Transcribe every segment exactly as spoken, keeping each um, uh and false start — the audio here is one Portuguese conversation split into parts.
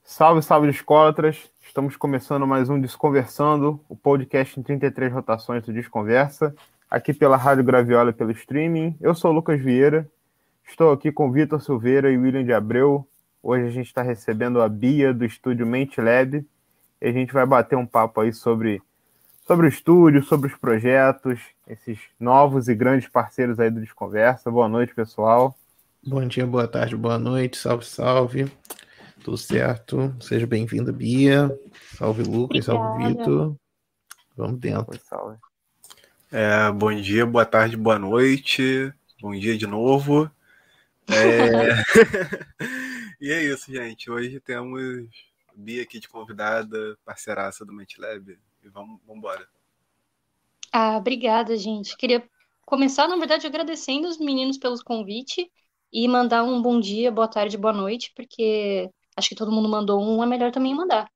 Salve, salve, Discólatras! Estamos começando mais um Desconversando, o podcast em trinta e três rotações do Desconversa, aqui pela Rádio Graviola e pelo streaming. Eu sou o Lucas Vieira, estou aqui com Vitor Silveira e William de Abreu. Hoje a gente está recebendo a Bia do estúdio Mente Lab e a gente vai bater um papo aí sobre, sobre o estúdio, sobre os projetos, esses novos e grandes parceiros aí do Desconversa. Boa noite, pessoal. Bom dia, boa tarde, boa noite, salve, salve. Tudo certo? Seja bem-vinda, Bia. Salve, Lucas. Obrigada. Salve, Vitor. Vamos dentro. Oi, salve. É, bom dia, boa tarde, boa noite. Bom dia de novo. É... e é isso, gente. Hoje temos Bia aqui de convidada, parceiraça do Mente Lab. E vamos embora. Ah, obrigada, gente. Queria começar, na verdade, agradecendo os meninos pelo convite e mandar um bom dia, boa tarde, boa noite, porque acho que todo mundo mandou um, é melhor também mandar.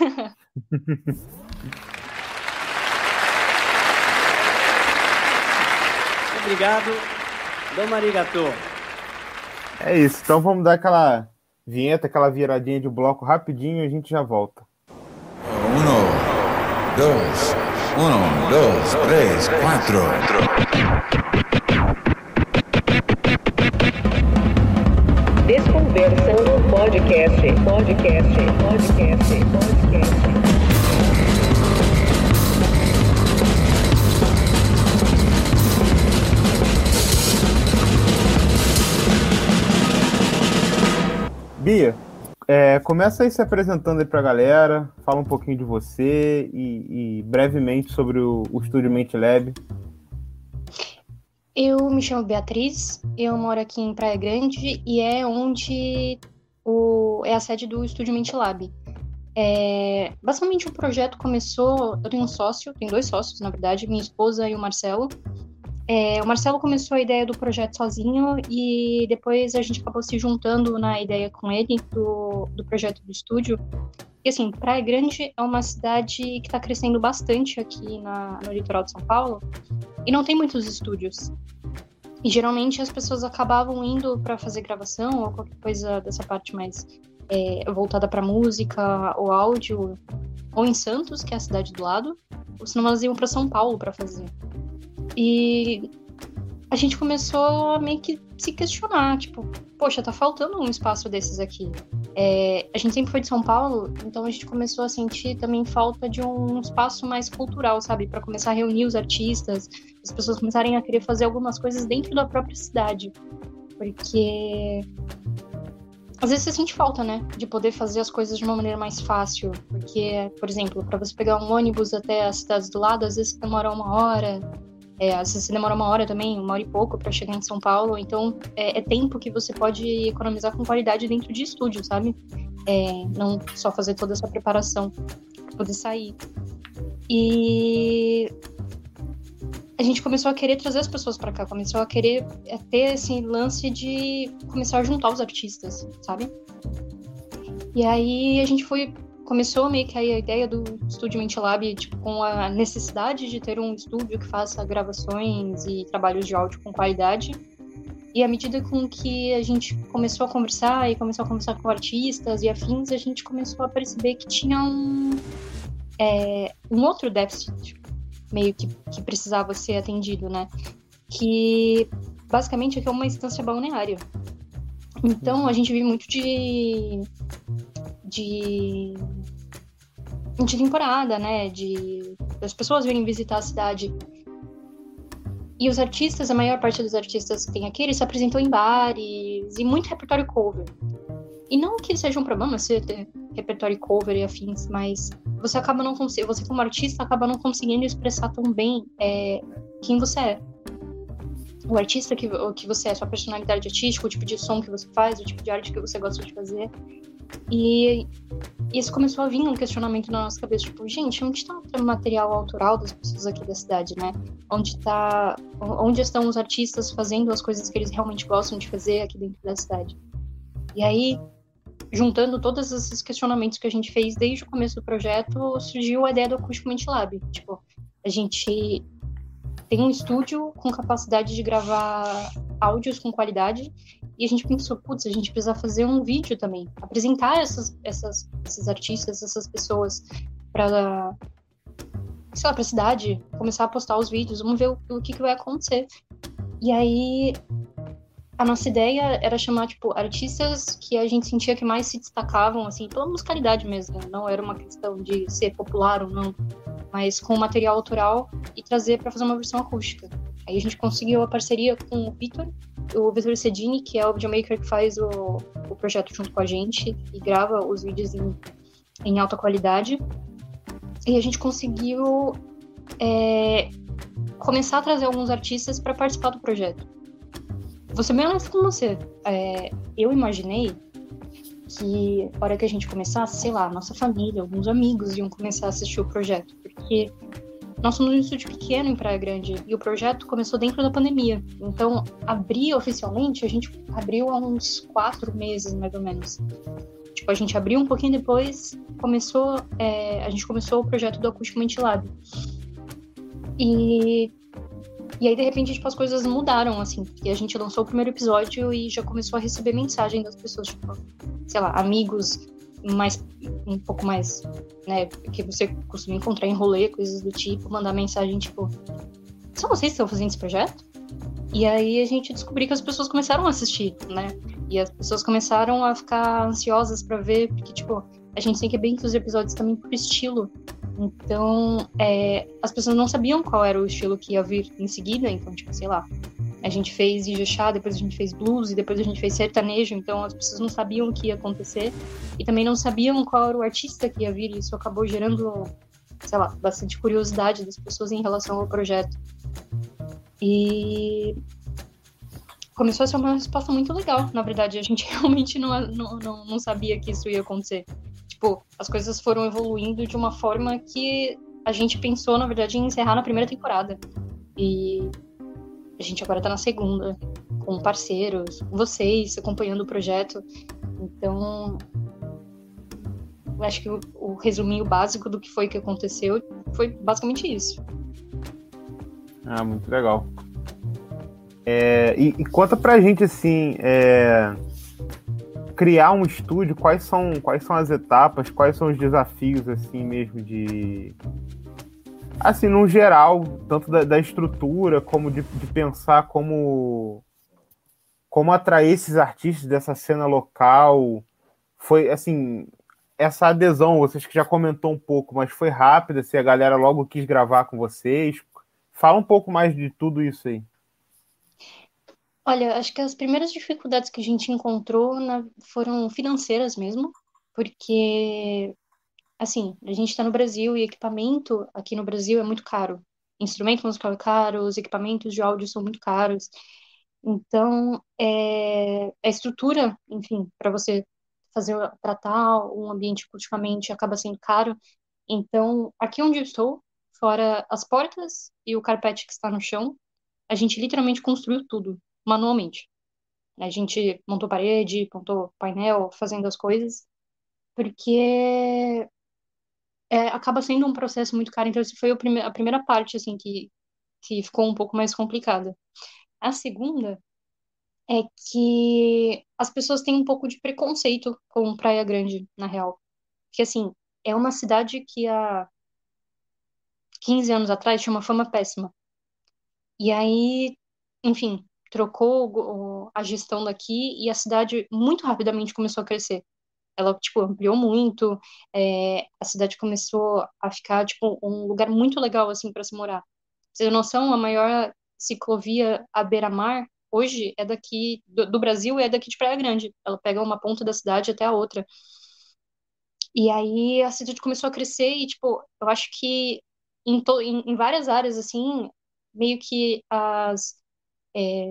Obrigado. Domo arigato. É isso, então vamos dar aquela vinheta, aquela viradinha de bloco rapidinho e a gente já volta. Uno, dois, um, dois, três, quatro. Desconversando podcast, podcast, podcast, podcast. Bia, é, começa aí se apresentando aí pra galera, fala um pouquinho de você e, e brevemente sobre o, o Estúdio Mente Lab. Eu me chamo Beatriz, eu moro aqui em Praia Grande e é onde o, é a sede do Estúdio Mente Lab. É, basicamente o projeto começou, eu tenho um sócio, tenho dois sócios na verdade, minha esposa e o Marcelo. É, o Marcelo começou a ideia do projeto sozinho e depois a gente acabou se juntando na ideia com ele do, do projeto do estúdio. E assim, Praia Grande é uma cidade que está crescendo bastante aqui na, no litoral de São Paulo e não tem muitos estúdios. E geralmente as pessoas acabavam indo para fazer gravação ou qualquer coisa dessa parte mais é, voltada para música ou áudio, ou em Santos, que é a cidade do lado, ou senão elas iam para São Paulo para fazer. E a gente começou a meio que se questionar, tipo, poxa, tá faltando um espaço desses aqui. É, a gente sempre foi de São Paulo, então a gente começou a sentir também falta de um espaço mais cultural, sabe? Para começar a reunir os artistas, as pessoas começarem a querer fazer algumas coisas dentro da própria cidade. Porque às vezes você sente falta, né? De poder fazer as coisas de uma maneira mais fácil. Porque, por exemplo, para você pegar um ônibus até as cidades do lado, às vezes demora uma hora. É, às vezes você demora uma hora também, uma hora e pouco para chegar em São Paulo, então é, é tempo que você pode economizar com qualidade dentro de estúdio, sabe? É, não só fazer toda essa preparação para poder sair. E a gente começou a querer trazer as pessoas para cá, começou a querer ter esse lance de começar a juntar os artistas, sabe? E aí a gente foi... Começou meio que a ideia do Estúdio Mente Lab, tipo, com a necessidade de ter um estúdio que faça gravações e trabalhos de áudio com qualidade. E à medida com que a gente começou a conversar e começou a conversar com artistas e afins, a gente começou a perceber que tinha um, é, um outro déficit meio que, que precisava ser atendido, né? Que basicamente é uma instância balneária. Então a gente vive muito de... de de temporada, né, de as pessoas virem visitar a cidade. E os artistas, a maior parte dos artistas que tem aqui, eles se apresentam em bares e muito repertório cover. E não que seja um problema você ter repertório cover e afins, mas você acaba não conseguindo, você como artista acaba não conseguindo expressar tão bem é, quem você é. O artista que, que você é, sua personalidade artística, o tipo de som que você faz, o tipo de arte que você gosta de fazer. E isso começou a vir um questionamento na nossa cabeça, tipo, gente, onde está o material autoral das pessoas aqui da cidade, né? Onde, tá, onde estão os artistas fazendo as coisas que eles realmente gostam de fazer aqui dentro da cidade? E aí, juntando todos esses questionamentos que a gente fez desde o começo do projeto, surgiu a ideia do Acústico Mente Lab. Tipo, a gente tem um estúdio com capacidade de gravar áudios com qualidade E a gente pensou, putz, a gente precisa fazer um vídeo também, apresentar essas, essas, esses artistas, essas pessoas para, sei lá, pra cidade, começar a postar os vídeos, vamos ver o, o que, que vai acontecer. E aí, a nossa ideia era chamar, tipo, artistas que a gente sentia que mais se destacavam, assim, pela musicalidade mesmo, não era uma questão de ser popular ou não, mas com material autoral e trazer para fazer uma versão acústica. Aí a gente conseguiu a parceria com o Vitor, o Vitor Cedini, que é o videomaker que faz o, o projeto junto com a gente e grava os vídeos em, em alta qualidade. E a gente conseguiu é, começar a trazer alguns artistas para participar do projeto. Vou ser bem honesta com você. É, eu imaginei que, na hora que a gente começasse, sei lá, nossa família, alguns amigos iam começar a assistir o projeto, porque nós somos um estúdio pequeno em Praia Grande e o projeto começou dentro da pandemia. Então, abrir oficialmente, a gente abriu há uns quatro meses, mais ou menos. Tipo, a gente abriu um pouquinho depois, começou, é, a gente começou o projeto do Acústico Mentilab. E, e aí, de repente, tipo, as coisas mudaram, assim. E a gente lançou o primeiro episódio e já começou a receber mensagem das pessoas, tipo, sei lá, amigos mais, um pouco mais, né, que você costuma encontrar em rolê, coisas do tipo, mandar mensagem, tipo, são vocês que estão fazendo esse projeto? E aí a gente descobriu que as pessoas começaram a assistir, né, e as pessoas começaram a ficar ansiosas pra ver, porque, tipo, a gente tem que ver os episódios também por estilo, então, é, as pessoas não sabiam qual era o estilo que ia vir em seguida, então, tipo, sei lá, a gente fez Ijexá, depois a gente fez blues, e depois a gente fez sertanejo, então as pessoas não sabiam o que ia acontecer, e também não sabiam qual era o artista que ia vir, e isso acabou gerando, sei lá, bastante curiosidade das pessoas em relação ao projeto. E começou a ser uma resposta muito legal, na verdade, a gente realmente não, não, não, não sabia que isso ia acontecer. Tipo, as coisas foram evoluindo de uma forma que a gente pensou, na verdade, em encerrar na primeira temporada. E a gente agora tá na segunda, com parceiros, com vocês, acompanhando o projeto. Então, eu acho que o, o resuminho básico do que foi que aconteceu foi basicamente isso. Ah, muito legal. É, e, e conta pra gente, assim, é, criar um estúdio, quais são, quais são as etapas, quais são os desafios, assim, mesmo de... Assim, no geral, tanto da, da estrutura, como de, de pensar como, como atrair esses artistas dessa cena local. Foi, assim, essa adesão, vocês que já comentou um pouco, mas foi rápida, assim, a galera logo quis gravar com vocês. Fala um pouco mais de tudo isso aí. Olha, acho que as primeiras dificuldades que a gente encontrou na- foram financeiras mesmo, porque, assim, a gente está no Brasil e equipamento aqui no Brasil é muito caro. Instrumento musical é caro, os equipamentos de áudio são muito caros. Então, é, a estrutura, enfim, para você fazer, tratar um ambiente acusticamente acaba sendo caro. Então, aqui onde eu estou, fora as portas e o carpete que está no chão, a gente literalmente construiu tudo, manualmente. A gente montou parede, montou painel, fazendo as coisas, porque é, acaba sendo um processo muito caro. Então, essa foi o prime- a primeira parte, assim, que, que ficou um pouco mais complicada. A segunda é que as pessoas têm um pouco de preconceito com Praia Grande, na real. Porque, assim, é uma cidade que há quinze anos atrás tinha uma fama péssima. E aí, enfim, trocou o- a gestão daqui e a cidade muito rapidamente começou a crescer. Ela, tipo, ampliou muito, é, a cidade começou a ficar, tipo, um lugar muito legal, assim, para se morar. Pra você ter noção, a maior ciclovia à beira-mar hoje é daqui, do, do Brasil, é daqui de Praia Grande. Ela pega uma ponta da cidade até a outra. E aí a cidade começou a crescer e, tipo, eu acho que em, to, em, em várias áreas, assim, meio que as, é,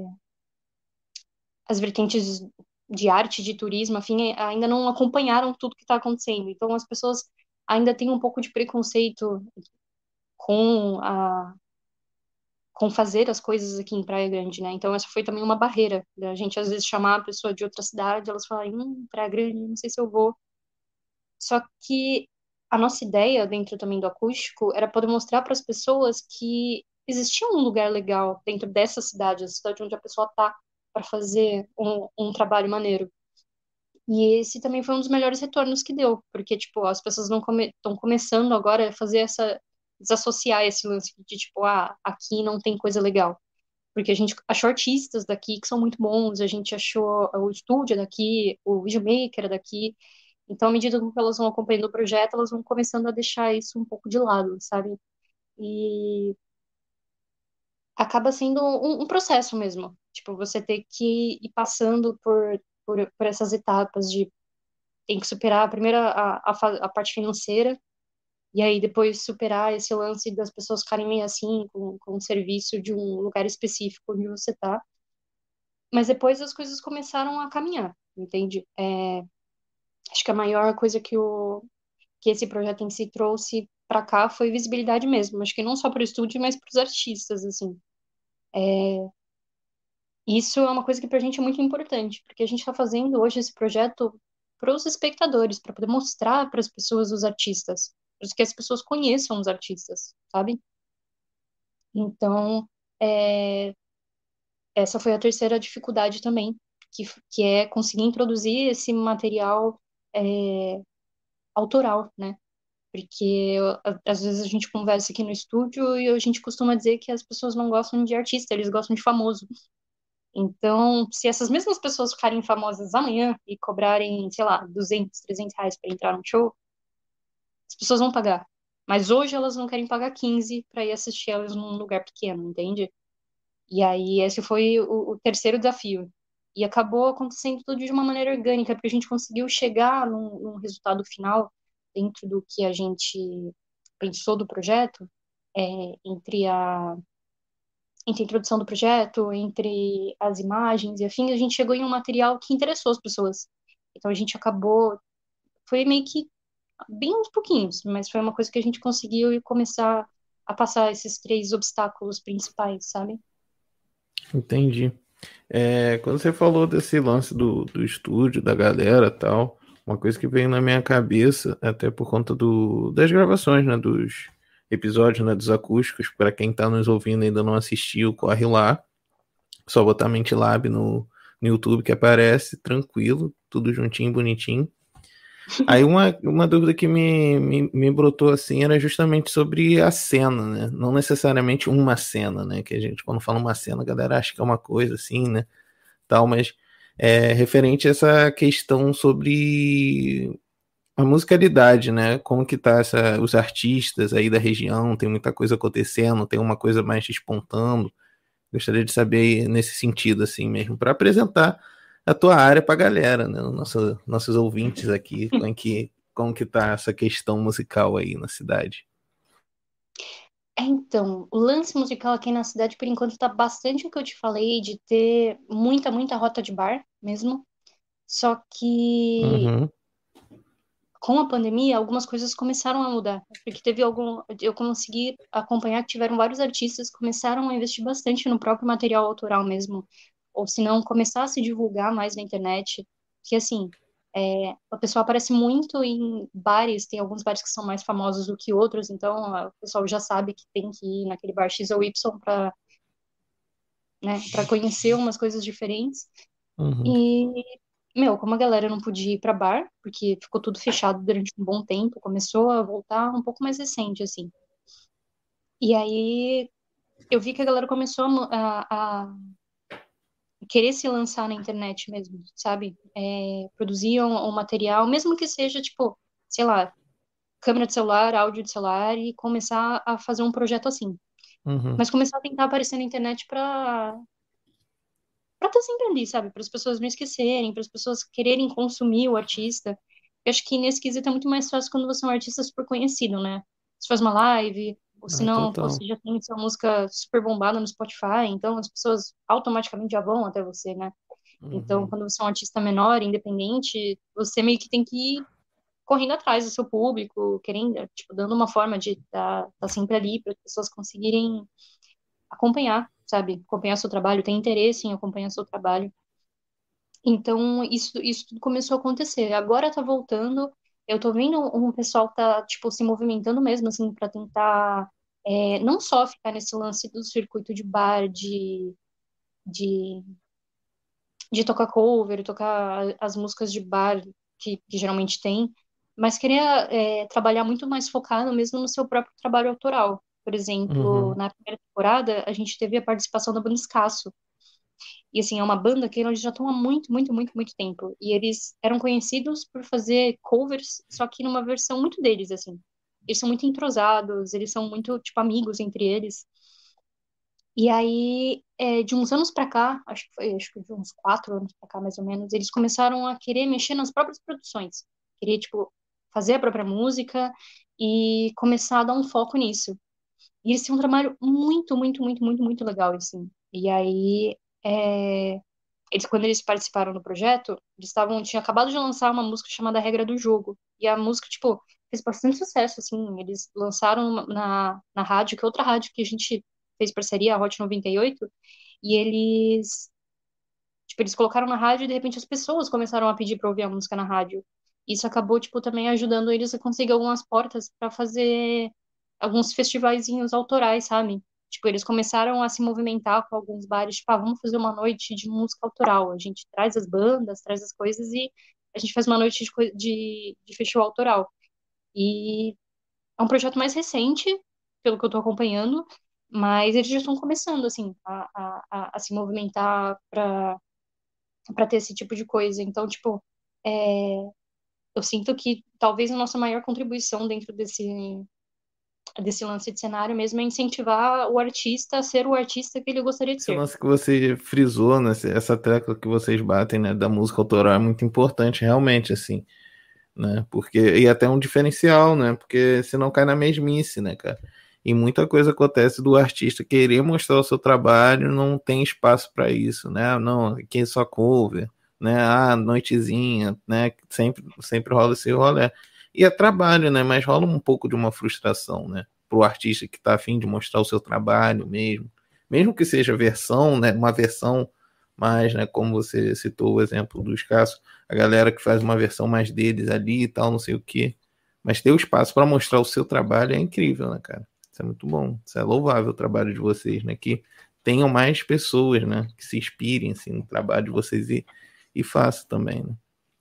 as vertentes de arte, de turismo, afim, ainda não acompanharam tudo que está acontecendo. Então as pessoas ainda têm um pouco de preconceito com a com fazer as coisas aqui em Praia Grande, né? Então essa foi também uma barreira da gente às vezes chamar a pessoa de outra cidade, elas falam, hum, Praia Grande, não sei se eu vou. Só que a nossa ideia dentro também do acústico era poder mostrar para as pessoas que existia um lugar legal dentro dessa cidade, a cidade onde a pessoa tá, para fazer um, um trabalho maneiro. E esse também foi um dos melhores retornos que deu, porque, tipo, as pessoas não come, estão começando agora a fazer essa, desassociar esse lance de, tipo, ah, aqui não tem coisa legal. Porque a gente achou artistas daqui que são muito bons, a gente achou o estúdio daqui, o videomaker é daqui. Então, à medida que elas vão acompanhando o projeto, elas vão começando a deixar isso um pouco de lado, sabe? E acaba sendo um, um processo mesmo. Tipo, você ter que ir passando por, por, por essas etapas de tem que superar a primeira a, a, fa- a parte financeira e aí depois superar esse lance das pessoas ficarem meio assim com, com o serviço de um lugar específico onde você tá. Mas depois as coisas começaram a caminhar, entende? É, acho que a maior coisa que o que esse projeto em si trouxe para cá foi visibilidade mesmo. Acho que não só para o estúdio, mas para os artistas, assim. Isso é uma coisa que para a gente é muito importante, porque a gente está fazendo hoje esse projeto para os espectadores, para poder mostrar para as pessoas os artistas, para que as pessoas conheçam os artistas, sabe? Então, é, essa foi a terceira dificuldade também, que, que é conseguir introduzir esse material é, autoral, né? Porque a- às vezes a gente conversa aqui no estúdio e a gente costuma dizer que as pessoas não gostam de artista, eles gostam de famoso. Então, se essas mesmas pessoas ficarem famosas amanhã e cobrarem, sei lá, duzentos, trezentos reais para entrar no show, as pessoas vão pagar. Mas hoje elas não querem pagar quinze para ir assistir elas num lugar pequeno, entende? E aí esse foi o, o terceiro desafio. E acabou acontecendo tudo de uma maneira orgânica, porque a gente conseguiu chegar num, num resultado final dentro do que a gente pensou do projeto, é, entre a entre a introdução do projeto, entre as imagens e afim, a gente chegou em um material que interessou as pessoas. Então a gente acabou, foi meio que bem aos pouquinhos, mas foi uma coisa que a gente conseguiu começar a passar esses três obstáculos principais, sabe? Entendi. É, quando você falou desse lance do, do estúdio, da galera e tal, uma coisa que veio na minha cabeça, até por conta do, das gravações, né, dos episódios, né, dos acústicos, para quem tá nos ouvindo e ainda não assistiu, corre lá, só botar Mente Lab no, no YouTube que aparece, tranquilo, tudo juntinho, bonitinho. Aí uma, uma dúvida que me, me, me brotou assim era justamente sobre a cena, né? Não necessariamente uma cena, né? Que a gente, quando fala uma cena, a galera acha que é uma coisa assim, né? Tal, mas é referente a essa questão sobre a musicalidade, né? Como que tá essa, os artistas aí da região, tem muita coisa acontecendo, tem uma coisa mais despontando. Gostaria de saber nesse sentido, assim mesmo, para apresentar a tua área para a galera, né? Nosso, nossos ouvintes aqui, como que, como que tá essa questão musical aí na cidade. É, então, o lance musical aqui na cidade, por enquanto, tá bastante o que eu te falei, de ter muita, muita rota de bar mesmo. Só que Uhum, com a pandemia, algumas coisas começaram a mudar. Porque teve algum. Eu consegui acompanhar que tiveram vários artistas que começaram a investir bastante no próprio material autoral mesmo. Ou se não, começar a se divulgar mais na internet. Que assim, é, o pessoal aparece muito em bares, tem alguns bares que são mais famosos do que outros, então a- o pessoal já sabe que tem que ir naquele bar X ou Y para, né, para conhecer umas coisas diferentes. uhum. E, meu, como a galera não podia ir pra bar, porque ficou tudo fechado durante um bom tempo, começou a voltar um pouco mais recente, assim. E aí eu vi que a galera começou a, a- a querer se lançar na internet mesmo, sabe? É, produziam um material, mesmo que seja, tipo, sei lá, câmera de celular, áudio de celular, e começar a fazer um projeto assim. Uhum. Mas começar a tentar aparecer na internet pra pra estar sempre ali, sabe? Para as pessoas não esquecerem, para as pessoas quererem consumir o artista. Eu acho que nesse quesito é muito mais fácil quando você é um artista super conhecido, né? Você faz uma live, ou se Ah, não, pô, total. você já tem sua música super bombada no Spotify, então as pessoas automaticamente já vão até você, né? Então, Uhum. quando você é um artista menor, independente, você meio que tem que ir correndo atrás do seu público, querendo, tipo, dando uma forma de estar tá, tá sempre ali para as pessoas conseguirem acompanhar, sabe? Acompanhar seu trabalho, ter interesse em acompanhar seu trabalho. Então, isso, isso tudo começou a acontecer. Agora tá voltando. Eu tô vendo um pessoal tá, tipo, se movimentando mesmo, assim, para tentar é, não só ficar nesse lance do circuito de bar, de, de de tocar cover, tocar as músicas de bar que, que geralmente tem, mas queria é, trabalhar muito mais focado mesmo no seu próprio trabalho autoral. Por exemplo, Uhum. na primeira temporada, a gente teve a participação da banda Escasso. E, assim, é uma banda que eles já estão há muito, muito, muito, muito tempo. E eles eram conhecidos por fazer covers, só que numa versão muito deles, assim. Eles são muito entrosados, eles são muito, tipo, amigos entre eles. E aí, é, de uns anos pra cá, acho que foi, acho que de uns quatro anos pra cá, mais ou menos, eles começaram a querer mexer nas próprias produções. Querer, tipo, fazer a própria música e começar a dar um foco nisso. E eles têm um trabalho muito, muito, muito, muito, muito legal, assim. E aí, é, eles, quando eles participaram do projeto, eles estavam, tinha acabado de lançar uma música chamada Regra do Jogo. E a música, tipo, fez bastante sucesso, assim. Eles lançaram na, na rádio, que é outra rádio que a gente fez parceria, a Hot noventa e oito, e eles, tipo, eles colocaram na rádio e de repente as pessoas começaram a pedir pra ouvir a música na rádio. Isso acabou, tipo, também ajudando eles a conseguir algumas portas pra fazer alguns festivaizinhos autorais, sabe? Tipo, eles começaram a se movimentar com alguns bares, tipo, ah, vamos fazer uma noite de música autoral. A gente traz as bandas, traz as coisas e a gente faz uma noite de, coi- de, de festival autoral. E é um projeto mais recente, pelo que eu tô acompanhando, mas eles já estão começando, assim, a, a, a, a se movimentar para para ter esse tipo de coisa. Então, tipo, é, eu sinto que talvez a nossa maior contribuição dentro desse, desse lance de cenário mesmo é incentivar o artista a ser o artista que ele gostaria de Esse ser. lance que você frisou, né? Essa tecla que vocês batem, né, da música autoral é muito importante, realmente, assim, né? Porque, e até um diferencial, né? Porque senão cai na mesmice, né, cara? E muita coisa acontece do artista querer mostrar o seu trabalho, não tem espaço para isso, né? Ah, não, aqui é só cover, né? Ah, noitezinha, né? Sempre, sempre rola esse rolê. E é trabalho, né? Mas rola um pouco de uma frustração, né? Pro artista que tá afim de mostrar o seu trabalho mesmo. Mesmo que seja versão, né? Uma versão mais, né? Como você citou o exemplo dos casos, a galera que faz uma versão mais deles ali e tal, não sei o quê. Mas ter o espaço para mostrar o seu trabalho é incrível, né, cara? Isso é muito bom. Isso é louvável o trabalho de vocês, né? Que tenham mais pessoas, né? Que se inspirem assim, no trabalho de vocês e, e façam também, né?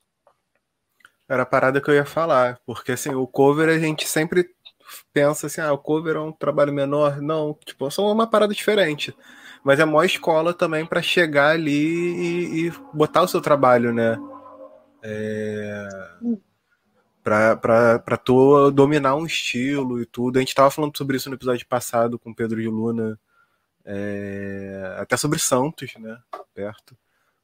Era a parada que eu ia falar, porque assim, o cover a gente sempre pensa assim, ah, o cover é um trabalho menor. Não, tipo, é só uma parada diferente. Mas é mó escola também para chegar ali e, e botar o seu trabalho, né? É... Pra, pra, pra tu dominar um estilo e tudo. A gente tava falando sobre isso no episódio passado com o Pedro de Luna, é... até sobre Santos, né? Perto.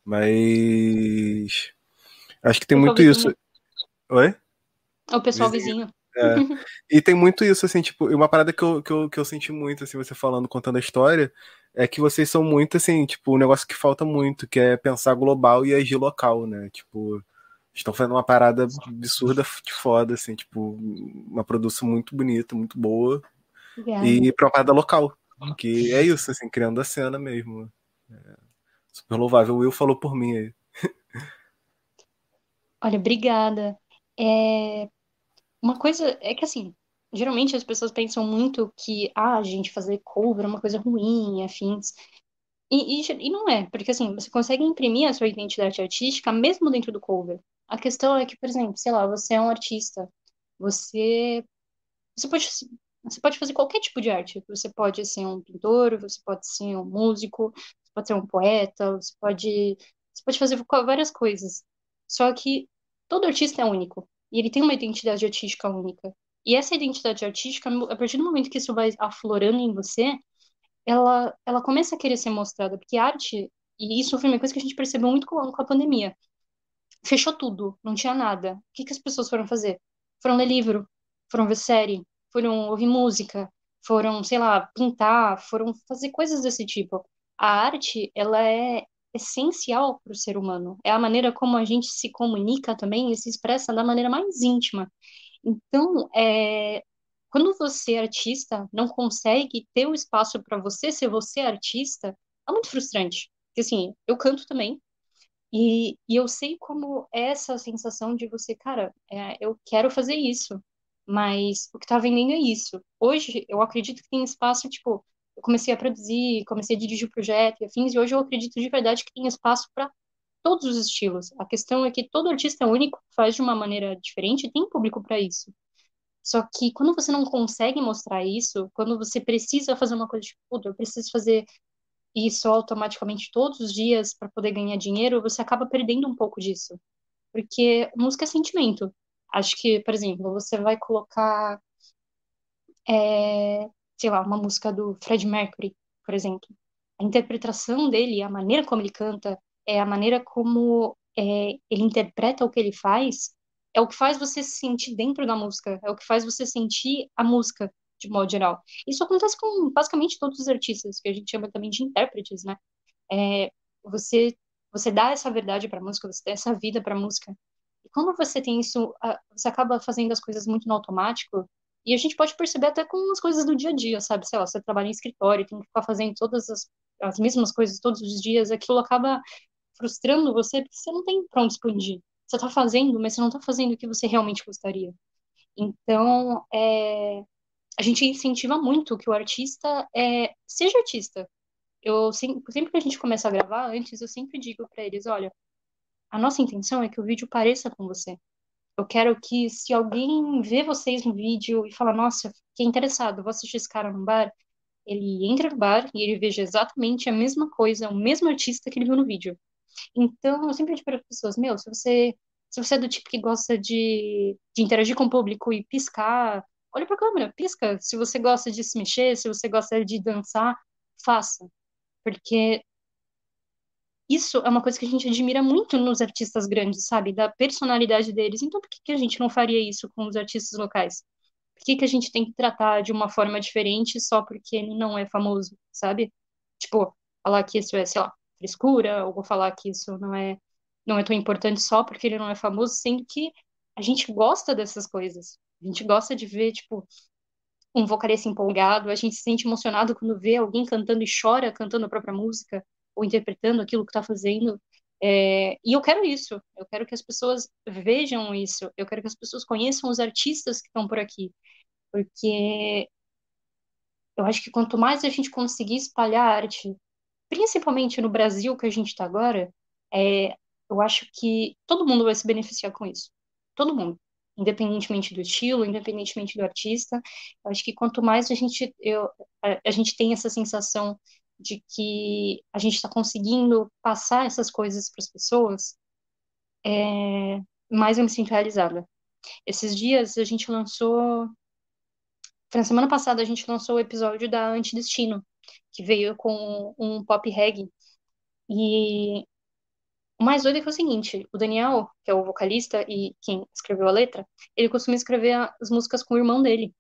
Mas acho que tem Pessoal muito isso. vizinho. Oi? É o pessoal Vizinho. vizinho. É. E tem muito isso, assim, tipo, e uma parada que eu, que, eu, que eu senti muito, assim, você falando, contando a história, é que vocês são muito, assim, tipo, um negócio que falta muito, que é pensar global e agir local, né? Tipo, estão fazendo uma parada absurda de foda, assim, tipo, uma produção muito bonita, muito boa, Obrigada. e pra uma parada local, que é isso, assim, criando a cena mesmo. É super louvável. O Will falou por mim aí. Olha, obrigada. É, uma coisa é que, assim, geralmente as pessoas pensam muito que, ah, gente, fazer cover é uma coisa ruim, afins. E, e, e não é, porque assim, você consegue imprimir a sua identidade artística mesmo dentro do cover. A questão é que, por exemplo, sei lá, você é um artista, você, você pode, você pode fazer qualquer tipo de arte. Você pode ser um pintor, você pode ser um músico, você pode ser um poeta, você pode, você pode fazer várias coisas. Só que todo artista é único, e ele tem uma identidade artística única. E essa identidade artística, a partir do momento que isso vai aflorando em você, ela, ela começa a querer ser mostrada, porque arte, e isso foi uma coisa que a gente percebeu muito com, com a pandemia, fechou tudo, não tinha nada. O que que as pessoas foram fazer? Foram ler livro, foram ver série, foram ouvir música, foram, sei lá, pintar, foram fazer coisas desse tipo. A arte, ela é essencial para o ser humano. É a maneira como a gente se comunica também e se expressa da maneira mais íntima. Então, é, quando você, artista, não consegue ter o espaço para você ser você artista, é muito frustrante. Porque, assim, eu canto também, e, e eu sei como é essa sensação de você, cara, é, eu quero fazer isso, mas o que tá vendendo é isso. Hoje, eu acredito que tem espaço, tipo, eu comecei a produzir, comecei a dirigir o projeto e afins, e hoje eu acredito de verdade que tem espaço para todos os estilos. A questão é que todo artista é único, faz de uma maneira diferente, e tem público para isso. Só que quando você não consegue mostrar isso, quando você precisa fazer uma coisa tipo, "Puta, eu preciso fazer isso automaticamente todos os dias para poder ganhar dinheiro", você acaba perdendo um pouco disso. Porque música é sentimento. Acho que, por exemplo, você vai colocar, é, sei lá, uma música do Freddie Mercury, por exemplo. A interpretação dele, a maneira como ele canta, é a maneira como é, ele interpreta o que ele faz, é o que faz você se sentir dentro da música, é o que faz você sentir a música, de modo geral. Isso acontece com basicamente todos os artistas, que a gente chama também de intérpretes, né? É, você, você dá essa verdade para a música, você dá essa vida para a música. E quando você tem isso, ah, você acaba fazendo as coisas muito no automático, e a gente pode perceber até com as coisas do dia a dia, sabe? Sei lá, você trabalha em escritório, tem que ficar fazendo todas as, as mesmas coisas todos os dias, aquilo acaba frustrando você, porque você não tem pra onde expandir. Você tá fazendo, mas você não tá fazendo o que você realmente gostaria. Então, é, a gente incentiva muito que o artista é, seja artista. Eu sempre, sempre que a gente começa a gravar, antes eu sempre digo pra eles, olha, a nossa intenção é que o vídeo pareça com você. Eu quero que, se alguém vê vocês no vídeo e fala, nossa, fiquei interessado, vou assistir esse cara no bar, ele entra no bar e ele veja exatamente a mesma coisa, o mesmo artista que ele viu no vídeo. Então, eu sempre digo para as pessoas, meu, se você, se você é do tipo que gosta de, de interagir com o público e piscar, olha pra câmera, pisca. Se você gosta de se mexer, se você gosta de dançar, faça. Porque isso é uma coisa que a gente admira muito nos artistas grandes, sabe? Da personalidade deles. Então, por que que a gente não faria isso com os artistas locais? Por que que a gente tem que tratar de uma forma diferente só porque ele não é famoso, sabe? Tipo, falar que isso é, sei lá, frescura, ou vou falar que isso não é, não é tão importante só porque ele não é famoso, sendo que a gente gosta dessas coisas. A gente gosta de ver, tipo, um vocalista empolgado, a gente se sente emocionado quando vê alguém cantando e chora cantando a própria música ou interpretando aquilo que está fazendo. É, e eu quero isso, eu quero que as pessoas vejam isso, eu quero que as pessoas conheçam os artistas que estão por aqui, porque eu acho que quanto mais a gente conseguir espalhar a arte, principalmente no Brasil que a gente está agora, é, eu acho que todo mundo vai se beneficiar com isso. Todo mundo. Independentemente do estilo, independentemente do artista. Eu acho que quanto mais a gente, eu, a, a gente tem essa sensação de que a gente está conseguindo passar essas coisas para as pessoas, é, mais eu me sinto realizada. Esses dias a gente lançou. Na semana passada a gente lançou o episódio da Antidestino, que veio com um pop reggae. E o mais doido é que é o seguinte, o Daniel, que é o vocalista e quem escreveu a letra, ele costuma escrever as músicas com o irmão dele.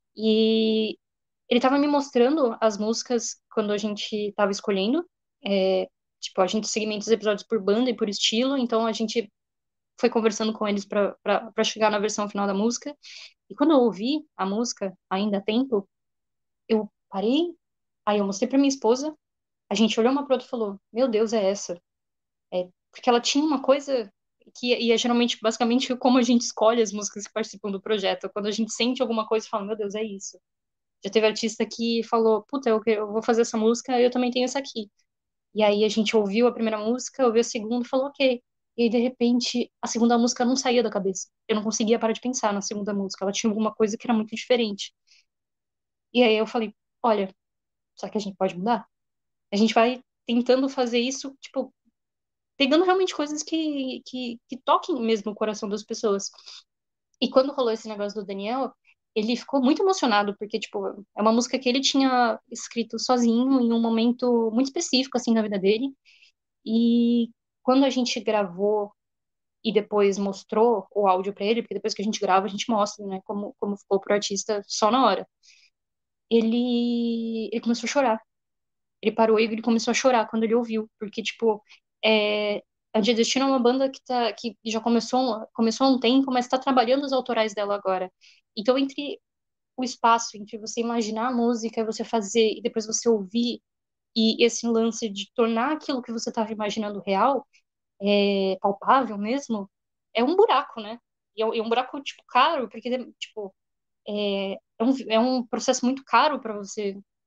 E ele tava me mostrando as músicas quando a gente tava escolhendo. É, tipo, a gente segmenta os episódios por banda e por estilo, então a gente foi conversando com eles pra pra- pra chegar na versão final da música. E quando eu ouvi a música, ainda há tempo, eu parei, aí eu mostrei pra minha esposa, a gente olhou uma pro outra e falou, meu Deus, é essa. É, porque ela tinha uma coisa que e é geralmente, basicamente, como a gente escolhe as músicas que participam do projeto. Quando a gente sente alguma coisa e fala, meu Deus, é isso. Já teve artista que falou, puta, eu, eu vou fazer essa música, eu também tenho essa aqui. E aí a gente ouviu a primeira música, ouviu a segunda e falou, ok. E aí, de repente, a segunda música não saía da cabeça. Eu não conseguia parar de pensar na segunda música. Ela tinha alguma coisa que era muito diferente. E aí eu falei, olha, será que a gente pode mudar? A gente vai tentando fazer isso, tipo, pegando realmente coisas que, que, que toquem mesmo o coração das pessoas. E quando rolou esse negócio do Daniel, ele ficou muito emocionado, porque, tipo, é uma música que ele tinha escrito sozinho em um momento muito específico, assim, na vida dele. E quando a gente gravou e depois mostrou o áudio pra ele, porque depois que a gente grava, a gente mostra, né, como, como ficou pro artista só na hora. Ele, ele começou a chorar. Ele parou e ele começou a chorar quando ele ouviu, porque, tipo, é, a Destino é uma banda que, tá, que já começou, começou há um tempo, mas está trabalhando os autorais dela agora. Então, entre o espaço, entre você imaginar a música e você fazer, e depois você ouvir, e esse lance de tornar aquilo que você estava imaginando real, é, palpável mesmo, é um buraco, né? E é, um é um buraco, tipo, caro, porque, tipo, é, é um, é um processo muito caro para você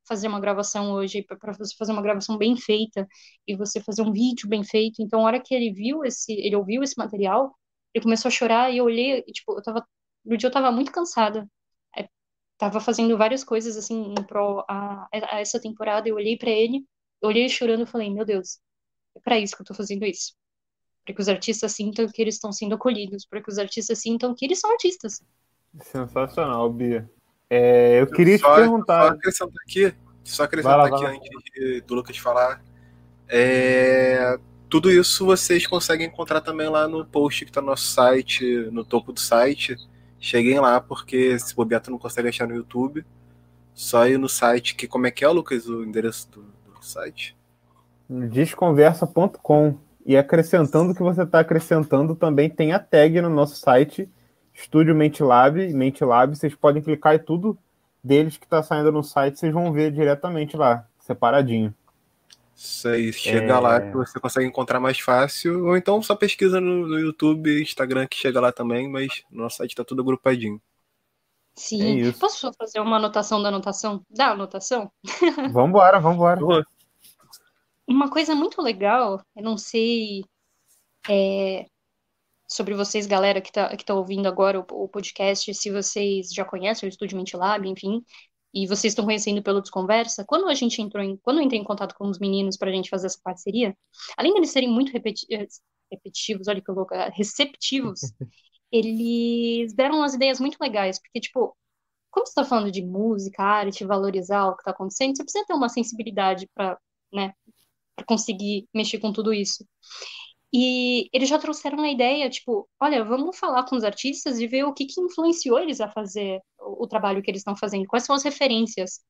fazer uma gravação hoje, para você fazer uma gravação bem feita e você fazer um vídeo bem feito. Então, a hora que ele viu esse, ele ouviu esse material, ele começou a chorar e eu olhei, e, tipo, eu tava, no dia eu tava muito cansada. É, tava fazendo várias coisas assim em prol a, a essa temporada. Eu olhei para ele, eu olhei chorando e falei, meu Deus, é para isso que eu tô fazendo isso. Para que os artistas sintam que eles estão sendo acolhidos, para que os artistas sintam que eles são artistas. Sensacional, Bia. É, eu queria Só, te perguntar. só acrescentar aqui, só Vai acrescentar lá, aqui vai lá. antes de- do Lucas falar. É, tudo isso vocês conseguem encontrar também lá no post que está no nosso site, no topo do site. Cheguem lá, porque se bobear tu não consegue achar no YouTube. Só ir no site, que como é que é, Lucas, o endereço do, do site? Desconversa ponto com. E acrescentando o que você está acrescentando, também tem a tag no nosso site, Estúdio Mentilab, Mentilab. Vocês podem clicar e tudo deles que está saindo no site, vocês vão ver diretamente lá, separadinho. Isso aí, chega É. lá que você consegue encontrar mais fácil. Ou então só pesquisa no, no YouTube, Instagram, que chega lá também, mas no nosso site tá tudo agrupadinho. É Sim. isso. Posso só fazer uma anotação da anotação? Da anotação? Vambora, vambora. Boa. Uma coisa muito legal, eu não sei é, sobre vocês, galera, que tá, que tá ouvindo agora o, o podcast, se vocês já conhecem o Estúdio Mentilab, enfim, e vocês estão conhecendo pelo Desconversa. Quando a gente entrou em, quando eu entrei em contato com os meninos pra gente fazer essa parceria, além deles serem muito repeti eh, repetitivos, olha que louco, receptivos, eles deram umas ideias muito legais, porque, tipo, como você tá falando de música, arte, valorizar o que tá acontecendo, você precisa ter uma sensibilidade pra, né, para conseguir mexer com tudo isso. E eles já trouxeram a ideia, tipo, olha, vamos falar com os artistas e ver o que, que influenciou eles a fazer o, o trabalho que eles estão fazendo, quais são as referências.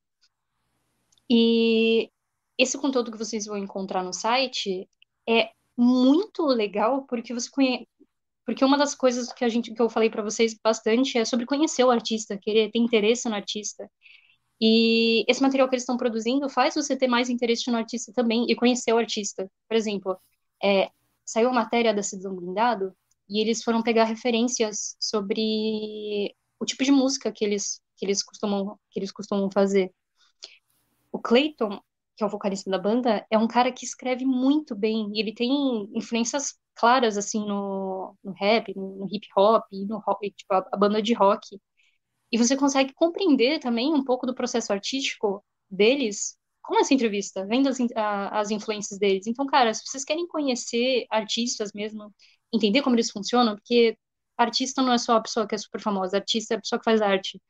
E esse conteúdo que vocês vão encontrar no site é muito legal porque você conhece. Porque uma das coisas que a gente que eu falei para vocês bastante é sobre conhecer o artista, querer ter interesse no artista. E esse material que eles estão produzindo faz você ter mais interesse no artista também e conhecer o artista. Por exemplo, é, saiu uma matéria da Cidadão Blindado e eles foram pegar referências sobre o tipo de música que eles, que eles, costumam, que eles costumam fazer. O Clayton, que é o vocalista da banda, é um cara que escreve muito bem. E ele tem influências claras, assim, no, no rap, no, no hip hop, no rock, tipo, a, a banda de rock. E você consegue compreender também um pouco do processo artístico deles com essa entrevista, vendo as, a, as influências deles. Então, cara, se vocês querem conhecer artistas mesmo, entender como eles funcionam, porque artista não é só a pessoa que é super famosa, artista é a pessoa que faz arte.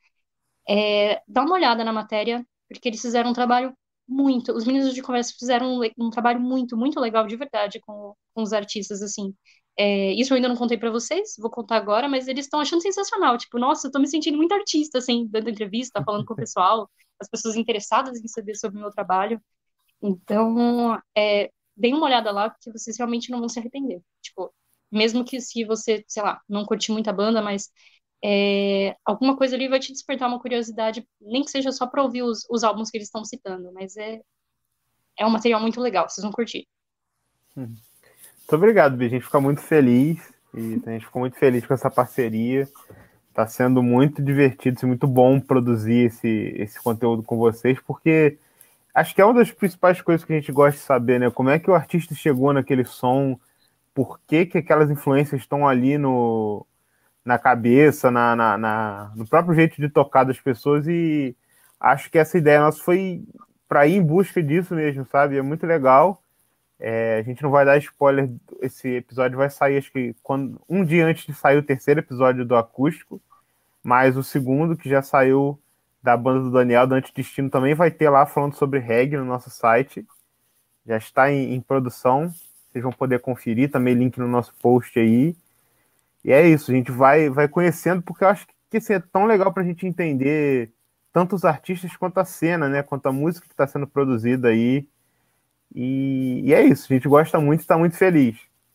É, dá uma olhada na matéria, porque eles fizeram um trabalho muito, os meninos de conversa fizeram um, um trabalho muito, muito legal de verdade com, com os artistas, assim. É, isso eu ainda não contei pra vocês, vou contar agora, mas eles estão achando sensacional. Tipo, nossa, eu tô me sentindo muito artista, assim, dando entrevista, falando com o pessoal, as pessoas interessadas em saber sobre o meu trabalho. Então, é, deem uma olhada lá, porque vocês realmente não vão se arrepender. Tipo, mesmo que se você, sei lá, não curtir muita banda, mas é, alguma coisa ali vai te despertar uma curiosidade, nem que seja só pra ouvir os, os álbuns que eles estão citando, mas é, é um material muito legal, vocês vão curtir. Muito obrigado, Bia. A gente fica muito feliz e a gente ficou muito feliz com essa parceria. Tá sendo muito divertido e muito bom produzir esse, esse conteúdo com vocês, porque acho que é uma das principais coisas que a gente gosta de saber, né? Como é que o artista chegou naquele som, por que, que aquelas influências estão ali no, na cabeça, na, na, na, no próprio jeito de tocar das pessoas, e acho que essa ideia nossa foi para ir em busca disso mesmo, sabe? É muito legal. É, a gente não vai dar spoiler, esse episódio vai sair, acho que quando, um dia antes de sair o terceiro episódio do Acústico, mas o segundo, que já saiu da banda do Daniel, do Antidestino, também vai ter lá falando sobre reggae no nosso site. Já está em, em produção, vocês vão poder conferir, também link no nosso post aí. E é isso, a gente vai, vai conhecendo, porque eu acho que assim, é tão legal para a gente entender tanto os artistas quanto a cena, né? Quanto a música que está sendo produzida aí. E, e é isso, a gente gosta muito e está muito feliz.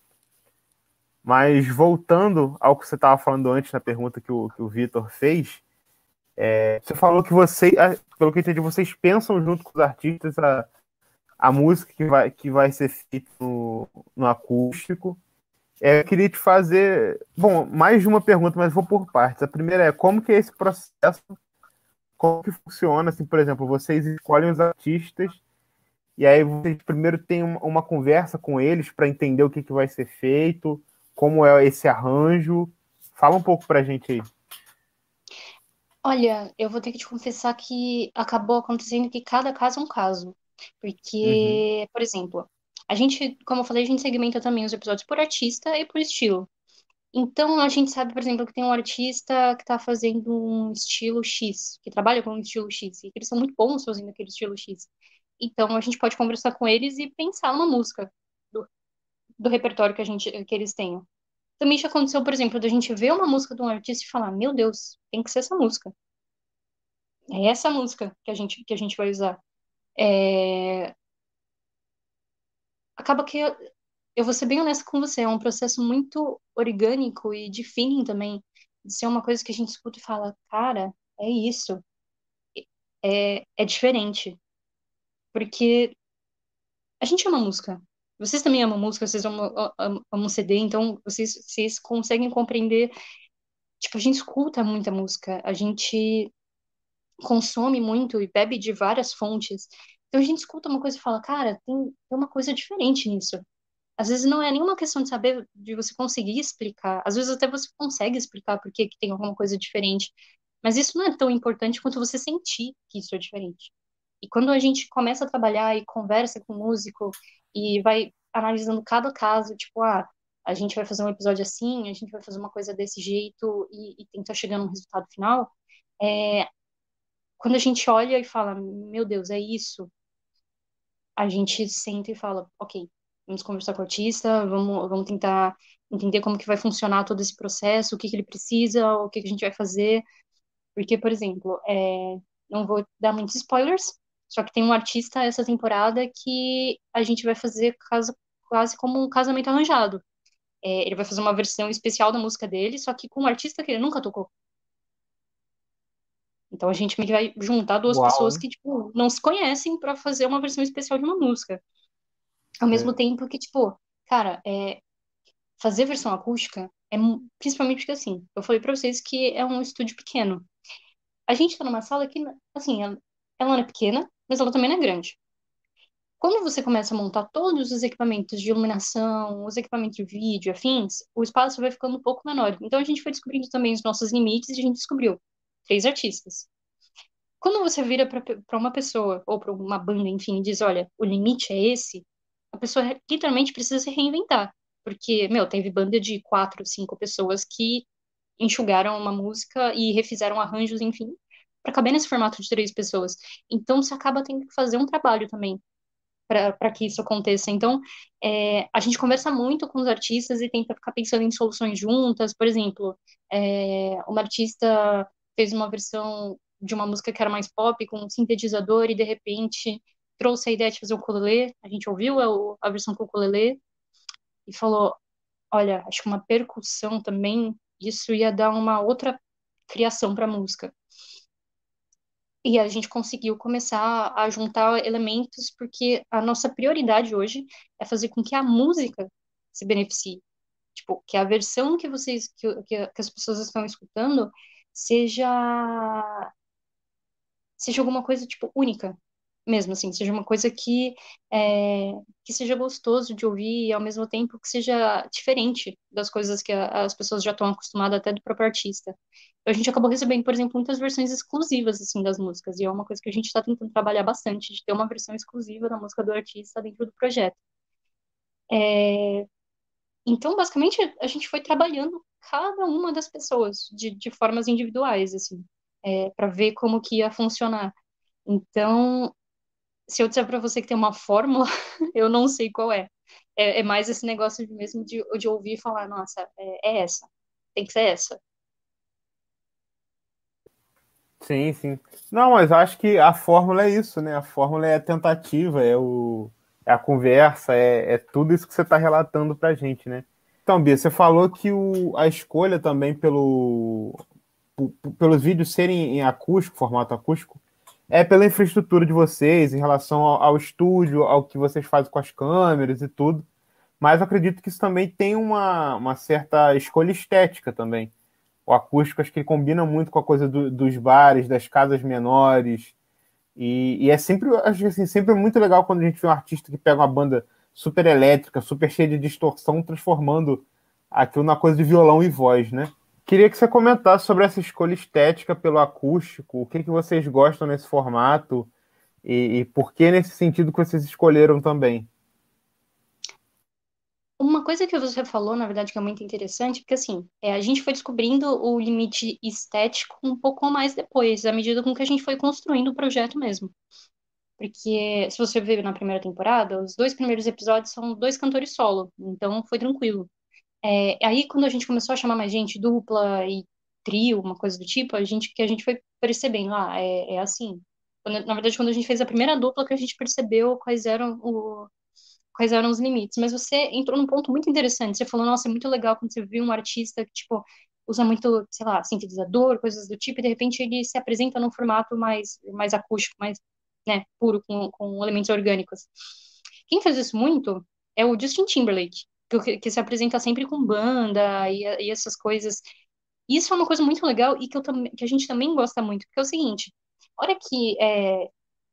Mas voltando ao que você estava falando antes na pergunta que o, que o Vitor fez, é, você falou que você, pelo que eu entendi, vocês pensam junto com os artistas a, a música que vai, que vai ser feita no, no acústico. É, eu queria te fazer, bom, mais de uma pergunta, mas vou por partes. A primeira é, como que é esse processo como que funciona, assim, por exemplo, vocês escolhem os artistas e aí vocês primeiro têm uma, uma conversa com eles para entender o que, que vai ser feito, como é esse arranjo. Fala um pouco pra gente aí. Olha, eu vou ter que te confessar que acabou acontecendo que cada caso é um caso. Uhum. Porque, por exemplo, a gente, como eu falei, a gente segmenta também os episódios por artista e por estilo. Então, a gente sabe, por exemplo, que tem um artista que está fazendo um estilo X, que trabalha com um estilo X, e que eles são muito bons fazendo aquele estilo X. Então, a gente pode conversar com eles e pensar numa música do, do repertório que a gente, que eles têm. Também já aconteceu, por exemplo, da gente ver uma música de um artista e falar, meu Deus, tem que ser essa música. É essa música que a gente, que a gente vai usar. É, acaba que eu, eu vou ser bem honesta com você, é um processo muito orgânico e de feeling também, de ser uma coisa que a gente escuta e fala, cara, é isso, é, é diferente, porque a gente ama música. Vocês também amam música, vocês amam, amam, amam C D, então vocês, vocês conseguem compreender. Tipo, a gente escuta muita música, a gente consome muito e bebe de várias fontes. Então a gente escuta uma coisa e fala, cara, tem, tem uma coisa diferente nisso. Às vezes não é nenhuma questão de saber, de você conseguir explicar. Às vezes até você consegue explicar por que que tem alguma coisa diferente. Mas isso não é tão importante quanto você sentir que isso é diferente. E quando a gente começa a trabalhar e conversa com o músico e vai analisando cada caso, tipo, ah, a gente vai fazer um episódio assim, a gente vai fazer uma coisa desse jeito e, e tentar chegar num resultado final, é, quando a gente olha e fala, meu Deus, é isso, a gente senta e fala, ok, vamos conversar com o artista, vamos, vamos tentar entender como que vai funcionar todo esse processo, o que que ele precisa, o que que a gente vai fazer, porque, por exemplo, é, não vou dar muitos spoilers, só que tem um artista essa temporada que a gente vai fazer caso, quase como um casamento arranjado. É, ele vai fazer uma versão especial da música dele, só que com um artista que ele nunca tocou. Então a gente meio que vai juntar duas Uau, pessoas hein? que, tipo, não se conhecem para fazer uma versão especial de uma música. Ao mesmo É. tempo que, tipo, cara, é, fazer versão acústica é mu- principalmente porque, assim, eu falei pra vocês que é um estúdio pequeno. A gente tá numa sala que, assim, ela, ela não é pequena, mas ela também não é grande. Quando você começa a montar todos os equipamentos de iluminação, os equipamentos de vídeo, afins, o espaço vai ficando um pouco menor. Então a gente foi descobrindo também os nossos limites e a gente descobriu três artistas. Quando você vira para uma pessoa ou para uma banda, enfim, e diz, olha, o limite é esse, a pessoa re- literalmente precisa se reinventar. Porque, meu, teve banda de quatro, cinco pessoas que enxugaram uma música e refizeram arranjos, enfim, para caber nesse formato de três pessoas. Então, você acaba tendo que fazer um trabalho também para que isso aconteça. Então, é, a gente conversa muito com os artistas e tenta ficar pensando em soluções juntas. Por exemplo, é, uma artista fez uma versão de uma música que era mais pop, com um sintetizador, e de repente trouxe a ideia de fazer o ukulele. A gente ouviu a, a versão com o ukulele e falou: olha, acho que uma percussão também, isso ia dar uma outra criação para a música. E a gente conseguiu começar a juntar elementos, porque a nossa prioridade hoje é fazer com que a música se beneficie. Tipo, que a versão que vocês, que, que, que as pessoas estão escutando seja, seja alguma coisa, tipo, única. Mesmo assim, seja uma coisa que, é, que seja gostoso de ouvir e ao mesmo tempo que seja diferente das coisas que a- as pessoas já estão acostumadas até do próprio artista. Então, a gente acabou recebendo, por exemplo, muitas versões exclusivas assim das músicas e é uma coisa que a gente está tentando trabalhar bastante, de ter uma versão exclusiva da música do artista dentro do projeto. Então, basicamente, a gente foi trabalhando cada uma das pessoas de, de formas individuais, assim, para ver como que ia funcionar. Então, se eu disser para você que tem uma fórmula, eu não sei qual é. É, é mais esse negócio de- mesmo de, de ouvir e falar, nossa, é, é essa, tem que ser essa. Sim, sim. Não, mas acho que a fórmula é isso, né? A fórmula é a tentativa, é, o, é a conversa, é, é tudo isso que você está relatando pra gente, né? Então, Bia, você falou que o, a escolha também pelo, p- p- pelos vídeos serem em acústico, formato acústico, é pela infraestrutura de vocês, em relação ao, ao estúdio, ao que vocês fazem com as câmeras e tudo. Mas eu acredito que isso também tem uma, uma certa escolha estética também. o acústico, acho que ele combina muito com a coisa do, dos bares, das casas menores, e, e é sempre, acho que assim, sempre muito legal quando a gente vê um artista que pega uma banda super elétrica, super cheia de distorção, transformando aquilo na coisa de violão e voz, né? Queria que você comentasse sobre essa escolha estética pelo acústico, o que, que vocês gostam nesse formato e, e por que nesse sentido que vocês escolheram também. Uma coisa que você falou, na verdade, que é muito interessante, porque assim, é, a gente foi descobrindo o limite estético um pouco mais depois, à medida com que a gente foi construindo o projeto mesmo. Porque, se você ver na primeira temporada, os dois primeiros episódios são dois cantores solo, então foi tranquilo. É, aí, quando a gente começou a chamar mais gente, dupla e trio, uma coisa do tipo, a gente, que a gente foi percebendo, ah, é, é assim. Quando- na verdade, quando a gente fez a primeira dupla, que a gente percebeu quais eram o, quais eram os limites. Mas você entrou num ponto muito interessante. Você falou, nossa, é muito legal quando você vê um artista que, tipo, usa muito, sei lá, sintetizador, coisas do tipo, e de repente ele se apresenta num formato mais, mais acústico, mais, né, puro, com, com elementos orgânicos. Quem faz isso muito é o Justin Timberlake, que, que se apresenta sempre com banda e, e essas coisas. Isso é uma coisa muito legal e que, eu, tam- que a gente também gosta muito, porque é o seguinte, a hora que é,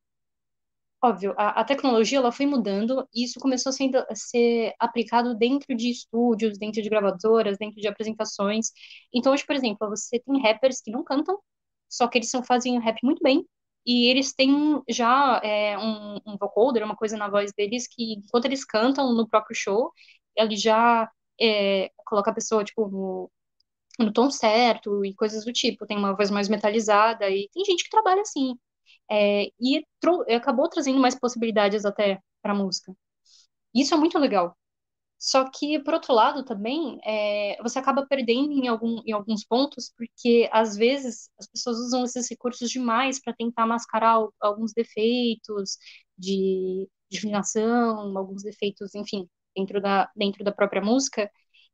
óbvio, a, a tecnologia ela foi mudando e isso começou a ser, a ser aplicado dentro de estúdios, dentro de gravadoras, dentro de apresentações. Então, hoje, por exemplo, você tem rappers que não cantam, só que eles são, fazem o rap muito bem e eles têm já é, um, um vocoder, uma coisa na voz deles que, enquanto eles cantam no próprio show, ele já é, coloca a pessoa, tipo, no, no tom certo e coisas do tipo. Tem uma voz mais metalizada e tem gente que trabalha assim. É, e trou- acabou trazendo mais possibilidades até para a música. Isso é muito legal. Só que, por outro lado, também, é, você acaba perdendo em, algum, em alguns pontos, porque às vezes as pessoas usam esses recursos demais para tentar mascarar al- alguns defeitos de, de afinação, alguns defeitos, enfim, dentro da, dentro da própria música.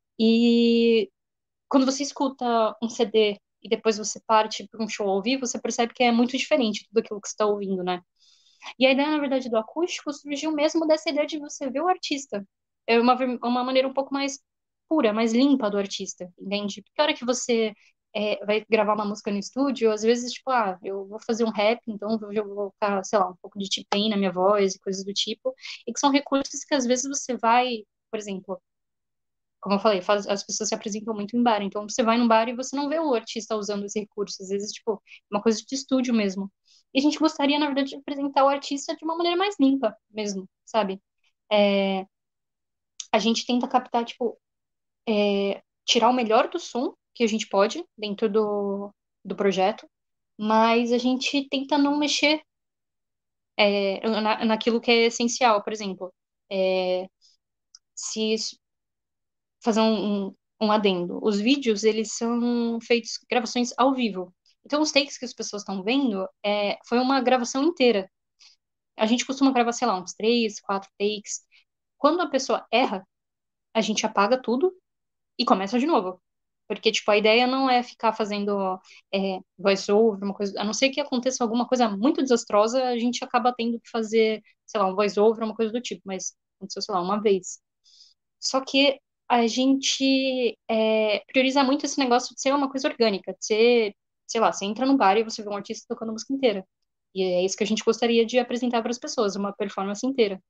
E quando você escuta um C D e depois você parte para um show ao vivo, você percebe que é muito diferente tudo aquilo que você está ouvindo, né? E a ideia, na verdade, do acústico surgiu mesmo dessa ideia de você ver o artista. É uma, ver- uma maneira um pouco mais pura, mais limpa do artista, entende? Porque a hora que você é, vai gravar uma música no estúdio, às vezes, tipo, ah, eu vou fazer um rap, então eu vou colocar, sei lá, um pouco de T-Pain na minha voz e coisas do tipo, e que são recursos que às vezes você vai, por exemplo, como eu falei, faz- as pessoas se apresentam muito em bar, então você vai num bar e você não vê o artista usando esse recurso, às vezes, tipo, uma coisa de estúdio mesmo. E a gente gostaria, na verdade, de apresentar o artista de uma maneira mais limpa mesmo, sabe? É, a gente tenta captar, tipo, é, tirar o melhor do som que a gente pode dentro do, do projeto, mas a gente tenta não mexer é, na, naquilo que é essencial, por exemplo. É, se fazer um, um, um adendo. Os vídeos, eles são feitos gravações ao vivo. Então, os takes que as pessoas estão vendo é, foi uma gravação inteira. A gente costuma gravar, sei lá, uns três, quatro takes. Quando a pessoa erra, a gente apaga tudo e começa de novo. Porque, tipo, a ideia não é ficar fazendo é, voice-over, uma coisa... A não ser que aconteça alguma coisa muito desastrosa, a gente acaba tendo que fazer, sei lá, um voice-over, uma coisa do tipo. Mas aconteceu, sei lá, uma vez. Só que a gente é, prioriza muito esse negócio de ser uma coisa orgânica, de ser, sei lá, você entra no bar e você vê um artista tocando a música inteira. E é isso que a gente gostaria de apresentar para as pessoas, uma performance inteira.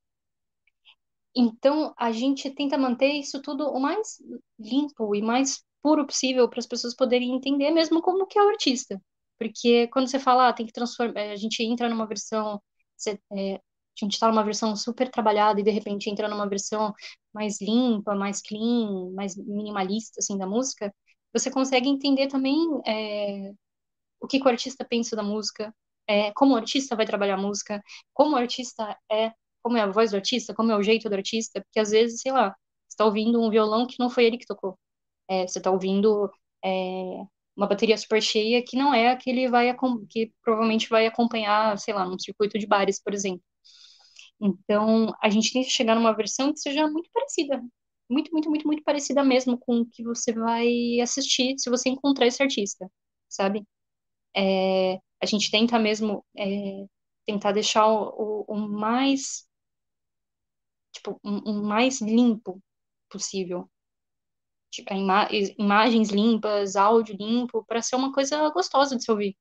Então, a gente tenta manter isso tudo o mais limpo e mais puro possível para as pessoas poderem entender mesmo como que é o artista. Porque quando você fala, ah, tem que transformar, a gente entra numa versão, você, é, a gente está numa versão super trabalhada e de repente entra numa versão mais limpa, mais clean, mais minimalista, assim, da música, você consegue entender também é, o que, que o artista pensa da música, é, como o artista vai trabalhar a música, como o artista é, como é a voz do artista, como é o jeito do artista, porque às vezes, sei lá, você está ouvindo um violão que não foi ele que tocou, é, você está ouvindo é, uma bateria super cheia que não é a que ele vai, acom- que provavelmente vai acompanhar, sei lá, num circuito de bares, por exemplo. Então, a gente tem que chegar numa versão que seja muito parecida, muito, muito, muito, muito parecida mesmo com o que você vai assistir se você encontrar esse artista, sabe? É, a gente tenta mesmo é, tentar deixar o, o, o mais, tipo, o, o mais limpo possível. tipo, a ima- imagens limpas, áudio limpo, para ser uma coisa gostosa de se ouvir.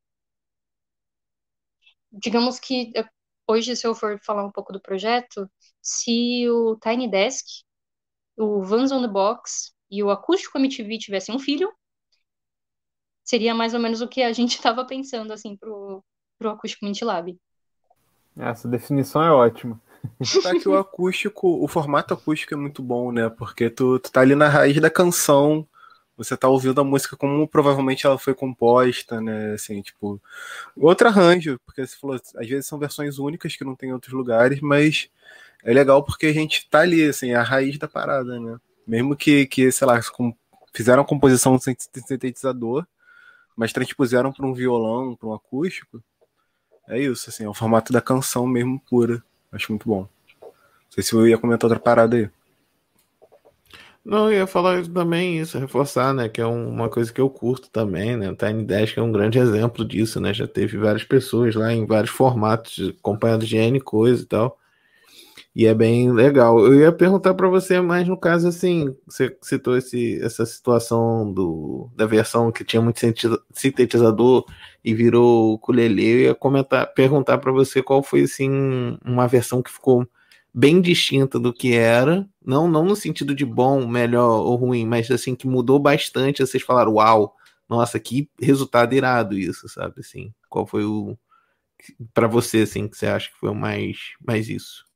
Digamos que eh, hoje, se eu for falar um pouco do projeto, se o Tiny Desk, o Vans on the Box e o Acústico M T V tivessem um filho, seria mais ou menos o que a gente estava pensando, assim, pro, pro Acústico Mint Lab. Essa definição é ótima. Notar que o acústico, o formato acústico é muito bom, né? Porque tu, tu tá ali na raiz da canção, você tá ouvindo a música como provavelmente ela foi composta, né? Assim, tipo, outro arranjo, porque você falou, às vezes são versões únicas que não tem em outros lugares, mas é legal porque a gente tá ali, assim, é a raiz da parada, né? Mesmo que, que sei lá, com- fizeram a composição sem sintetizador, mas transpuseram para um violão, para um acústico, é isso, assim, é o formato da canção mesmo pura. Acho muito bom. Não sei se eu ia comentar outra parada aí. Não, eu ia falar isso também, isso, reforçar, né, que é um- uma coisa que eu curto também, né, o Tiny Desk é um grande exemplo disso, né, já teve várias pessoas lá em vários formatos, acompanhando de N coisa e tal, e é bem legal. Eu ia perguntar para você, mas no caso, assim, você citou esse, essa situação do, da versão que tinha muito sintetiza- sintetizador e virou ukulele, eu ia comentar, perguntar para você qual foi, assim, uma versão que ficou bem distinta do que era, não, não no sentido de bom, melhor ou ruim, mas assim, que mudou bastante, vocês falaram, uau, nossa, que resultado irado isso, sabe, assim, qual foi o, para você, assim, que você acha que foi o mais, mais isso?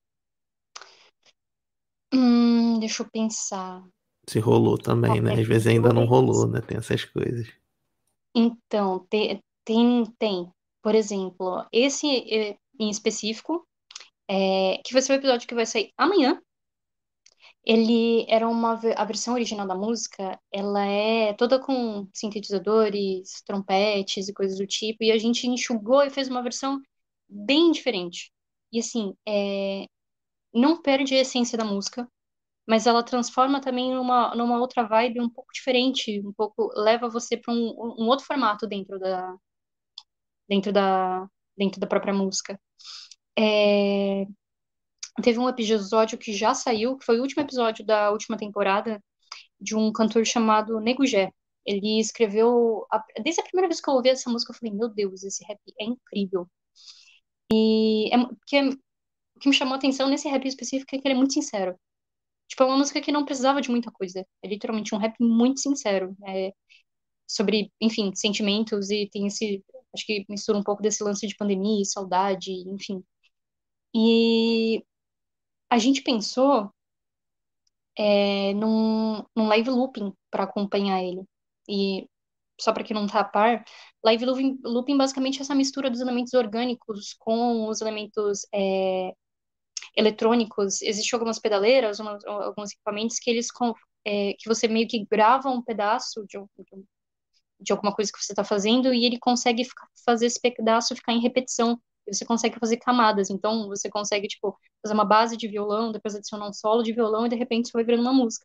Hum, deixa eu pensar. Se rolou também, Ó, né, é às que vezes ainda não rolou, dois. né, tem essas coisas. Então, te- tem, tem. Por exemplo, esse eh, em específico, é, que vai ser o episódio que vai sair amanhã. Ele era uma ve- a versão original da música, ela é toda com sintetizadores, trompetes e coisas do tipo, e a gente enxugou e fez uma versão bem diferente. E assim, é, não perde a essência da música, mas ela transforma também numa, numa outra vibe um pouco diferente, um pouco leva você para um, um outro formato dentro da dentro da dentro da própria música. É, teve um episódio que já saiu, que foi o último episódio da última temporada, de um cantor chamado Nego Jé. Ele escreveu. A, desde a primeira vez que eu ouvi essa música, eu falei: Meu Deus, esse rap é incrível. E é, porque, o que me chamou a atenção nesse rap específico é que ele é muito sincero. Tipo, é uma música que não precisava de muita coisa. É literalmente um rap muito sincero. É sobre, enfim, sentimentos e tem esse. Acho que mistura um pouco desse lance de pandemia, saudade, enfim. E a gente pensou é, num, num live looping para acompanhar ele. E só para quem não tá a par, live looping, looping basicamente é essa mistura dos elementos orgânicos com os elementos é, eletrônicos. Existem algumas pedaleiras, umas- alguns equipamentos que eles com- é, que você meio que grava um pedaço de, um- de um- de alguma coisa que você está fazendo e ele consegue ficar- fazer esse pedaço ficar em repetição. E você consegue fazer camadas. Então, você consegue, tipo, fazer uma base de violão, depois adicionar um solo de violão e, de repente, isso vai virando uma música.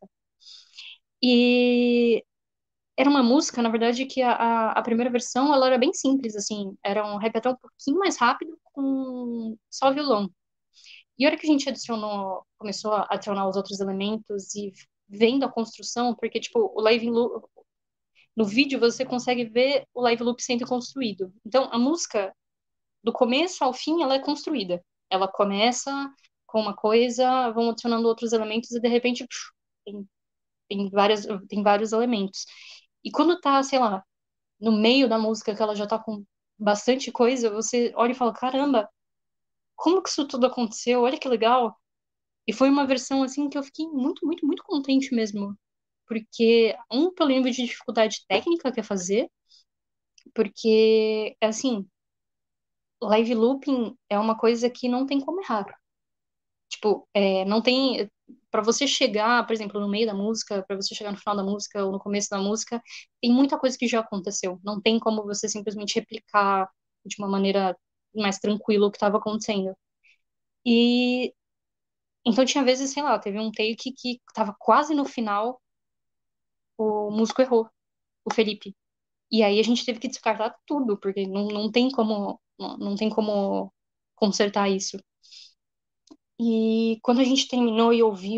E era uma música, na verdade, que a, a, a primeira versão, ela era bem simples, assim. Era um rap até um pouquinho mais rápido com só violão. E a hora que a gente adicionou, começou a adicionar os outros elementos e vendo a construção, porque, tipo, o live loop, no vídeo você consegue ver o live loop sendo construído. Então, a música, do começo ao fim, ela é construída. Ela começa com uma coisa, vão adicionando outros elementos e, de repente, psh, tem, tem, várias, tem vários elementos. E quando tá, sei lá, no meio da música, que ela já tá com bastante coisa, você olha e fala, caramba, como que isso tudo aconteceu? Olha que legal. E foi uma versão, assim, que eu fiquei muito, muito, muito contente mesmo. Porque, um, pelo nível de dificuldade técnica que é fazer, porque, assim, live looping é uma coisa que não tem como errar. Tipo, é, não tem. Para você chegar, por exemplo, no meio da música, para você chegar no final da música ou no começo da música, tem muita coisa que já aconteceu. Não tem como você simplesmente replicar de uma maneira mais tranquila o que estava acontecendo. E então tinha vezes, sei lá, teve um take que tava quase no final, o músico errou, o Felipe. E aí a gente teve que descartar tudo, porque não, não tem como, não, não tem como consertar isso. E quando a gente terminou e ouviu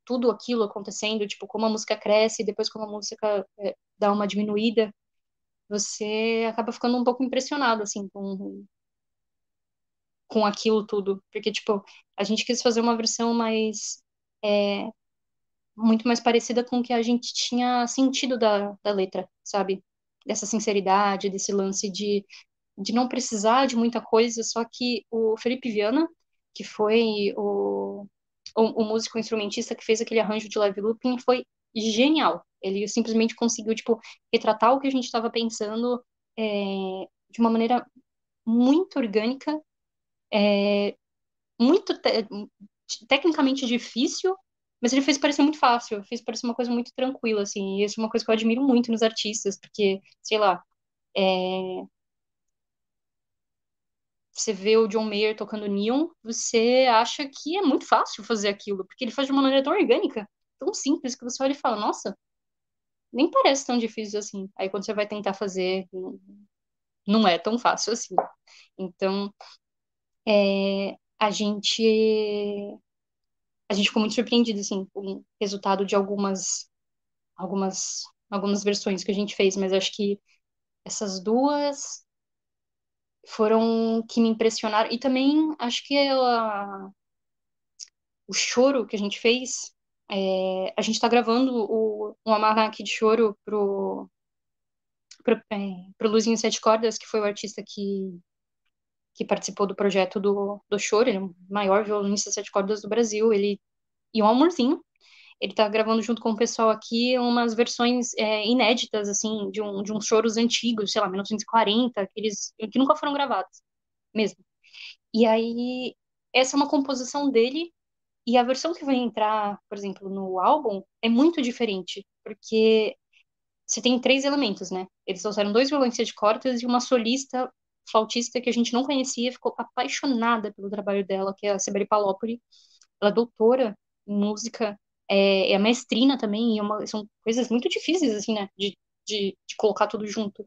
tudo aquilo acontecendo, tipo, como a música cresce, e depois como a música é, dá uma diminuída, você acaba ficando um pouco impressionado, assim, com, com aquilo tudo. Porque, tipo, a gente quis fazer uma versão mais, é, muito mais parecida com o que a gente tinha sentido da, da letra, sabe? Dessa sinceridade, desse lance de, de não precisar de muita coisa, só que o Felipe Viana, que foi o, o, o músico instrumentista que fez aquele arranjo de live looping, foi genial. Ele simplesmente conseguiu, tipo, retratar o que a gente estava pensando é, de uma maneira muito orgânica, muito te- tecnicamente difícil, mas ele fez parecer muito fácil, fez parecer uma coisa muito tranquila, assim, e isso é uma coisa que eu admiro muito nos artistas, porque, sei lá, é, você vê o John Mayer tocando Neon, você acha que é muito fácil fazer aquilo, porque ele faz de uma maneira tão orgânica, tão simples, que você olha e fala, nossa, nem parece tão difícil assim. Aí quando você vai tentar fazer, não, não é tão fácil assim. Então, é, a gente a gente ficou muito surpreendido assim com o resultado de algumas algumas algumas versões que a gente fez, mas acho que essas duas foram que me impressionaram e também acho que a, o choro que a gente fez, é, a gente está gravando o, um almanaque de choro pro pro, é, pro Luzinho Sete Cordas, que foi o artista que que participou do projeto do, do choro, ele é o maior violonista de sete cordas do Brasil, ele e um amorzinho. Ele tá gravando junto com o pessoal aqui umas versões é, inéditas, assim, de, um, de uns choros antigos, sei lá, mil novecentos e quarenta, aqueles que nunca foram gravados, mesmo. E aí, essa é uma composição dele, e a versão que vai entrar, por exemplo, no álbum, é muito diferente, porque você tem três elementos, né? Eles trouxeram dois violões de cordas e uma solista flautista que a gente não conhecia, ficou apaixonada pelo trabalho dela, que é a Sibeli Palopoli. Ela é doutora em música, é, é maestrina também, e é uma, são coisas muito difíceis, assim, né? De, de, de colocar tudo junto.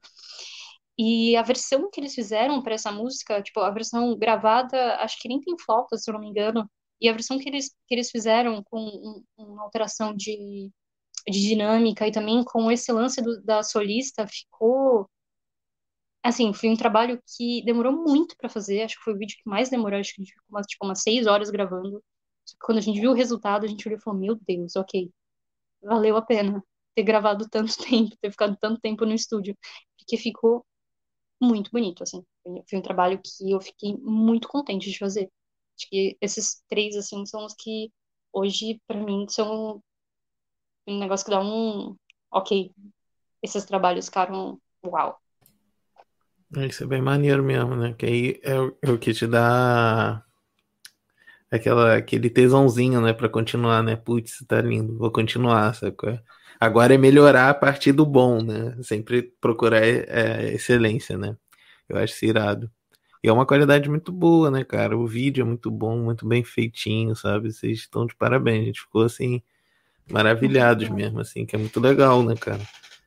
E a versão que eles fizeram para essa música, tipo, a versão gravada, acho que nem tem flauta, se eu não me engano, e a versão que eles, que eles fizeram com um, uma alteração de, de dinâmica e também com esse lance do, da solista, ficou. Assim, foi um trabalho que demorou muito para fazer, acho que foi o vídeo que mais demorou, acho que a gente ficou umas, tipo, umas seis horas gravando. Só que quando a gente viu o resultado, a gente olhou e falou, meu Deus, ok, valeu a pena ter gravado tanto tempo, ter ficado tanto tempo no estúdio, porque ficou muito bonito, assim. Foi foi um trabalho que eu fiquei muito contente de fazer. Acho que esses três, assim, são os que hoje, para mim, são um negócio que dá um, ok, esses trabalhos ficaram uau. Isso é bem maneiro mesmo, né? Que aí é o, é o que te dá aquela, aquele tesãozinho, né? Pra continuar, né? Putz, tá lindo, vou continuar, sacou? Agora é melhorar a partir do bom, né? Sempre procurar é, excelência, né? Eu acho isso irado. E é uma qualidade muito boa, né, cara? O vídeo é muito bom, muito bem feitinho, sabe? Vocês estão de parabéns. A gente ficou, assim, maravilhados mesmo, assim, que é muito legal, né, cara?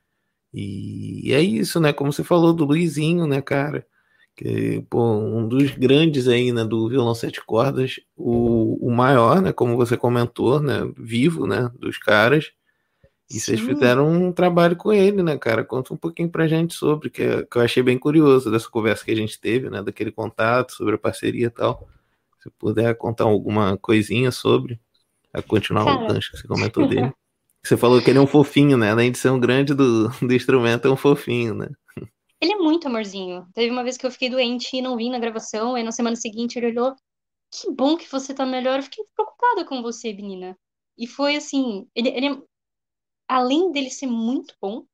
E é isso, né? Como você falou do Luizinho, né, cara? Que, pô, um dos grandes aí, né, do violão sete cordas, o, o maior, né, como você comentou, né, vivo, né, dos caras. E vocês Sim. fizeram um trabalho com ele, né, cara? Conta um pouquinho pra gente sobre, que, é- que eu achei bem curioso dessa conversa que a gente teve, né, daquele contato, sobre a parceria e tal. Se puder contar alguma coisinha sobre, a continuar o Cara, gancho que você comentou dele. Você falou que ele é um fofinho, né? Além de ser um grande do, do instrumento, é um fofinho, né? ele é muito amorzinho. Teve uma vez que eu fiquei doente e não vim na gravação, aí na semana seguinte ele olhou, que bom que você tá melhor. Eu fiquei preocupada com você, menina. E foi assim, ele, ele é- além dele ser muito bom,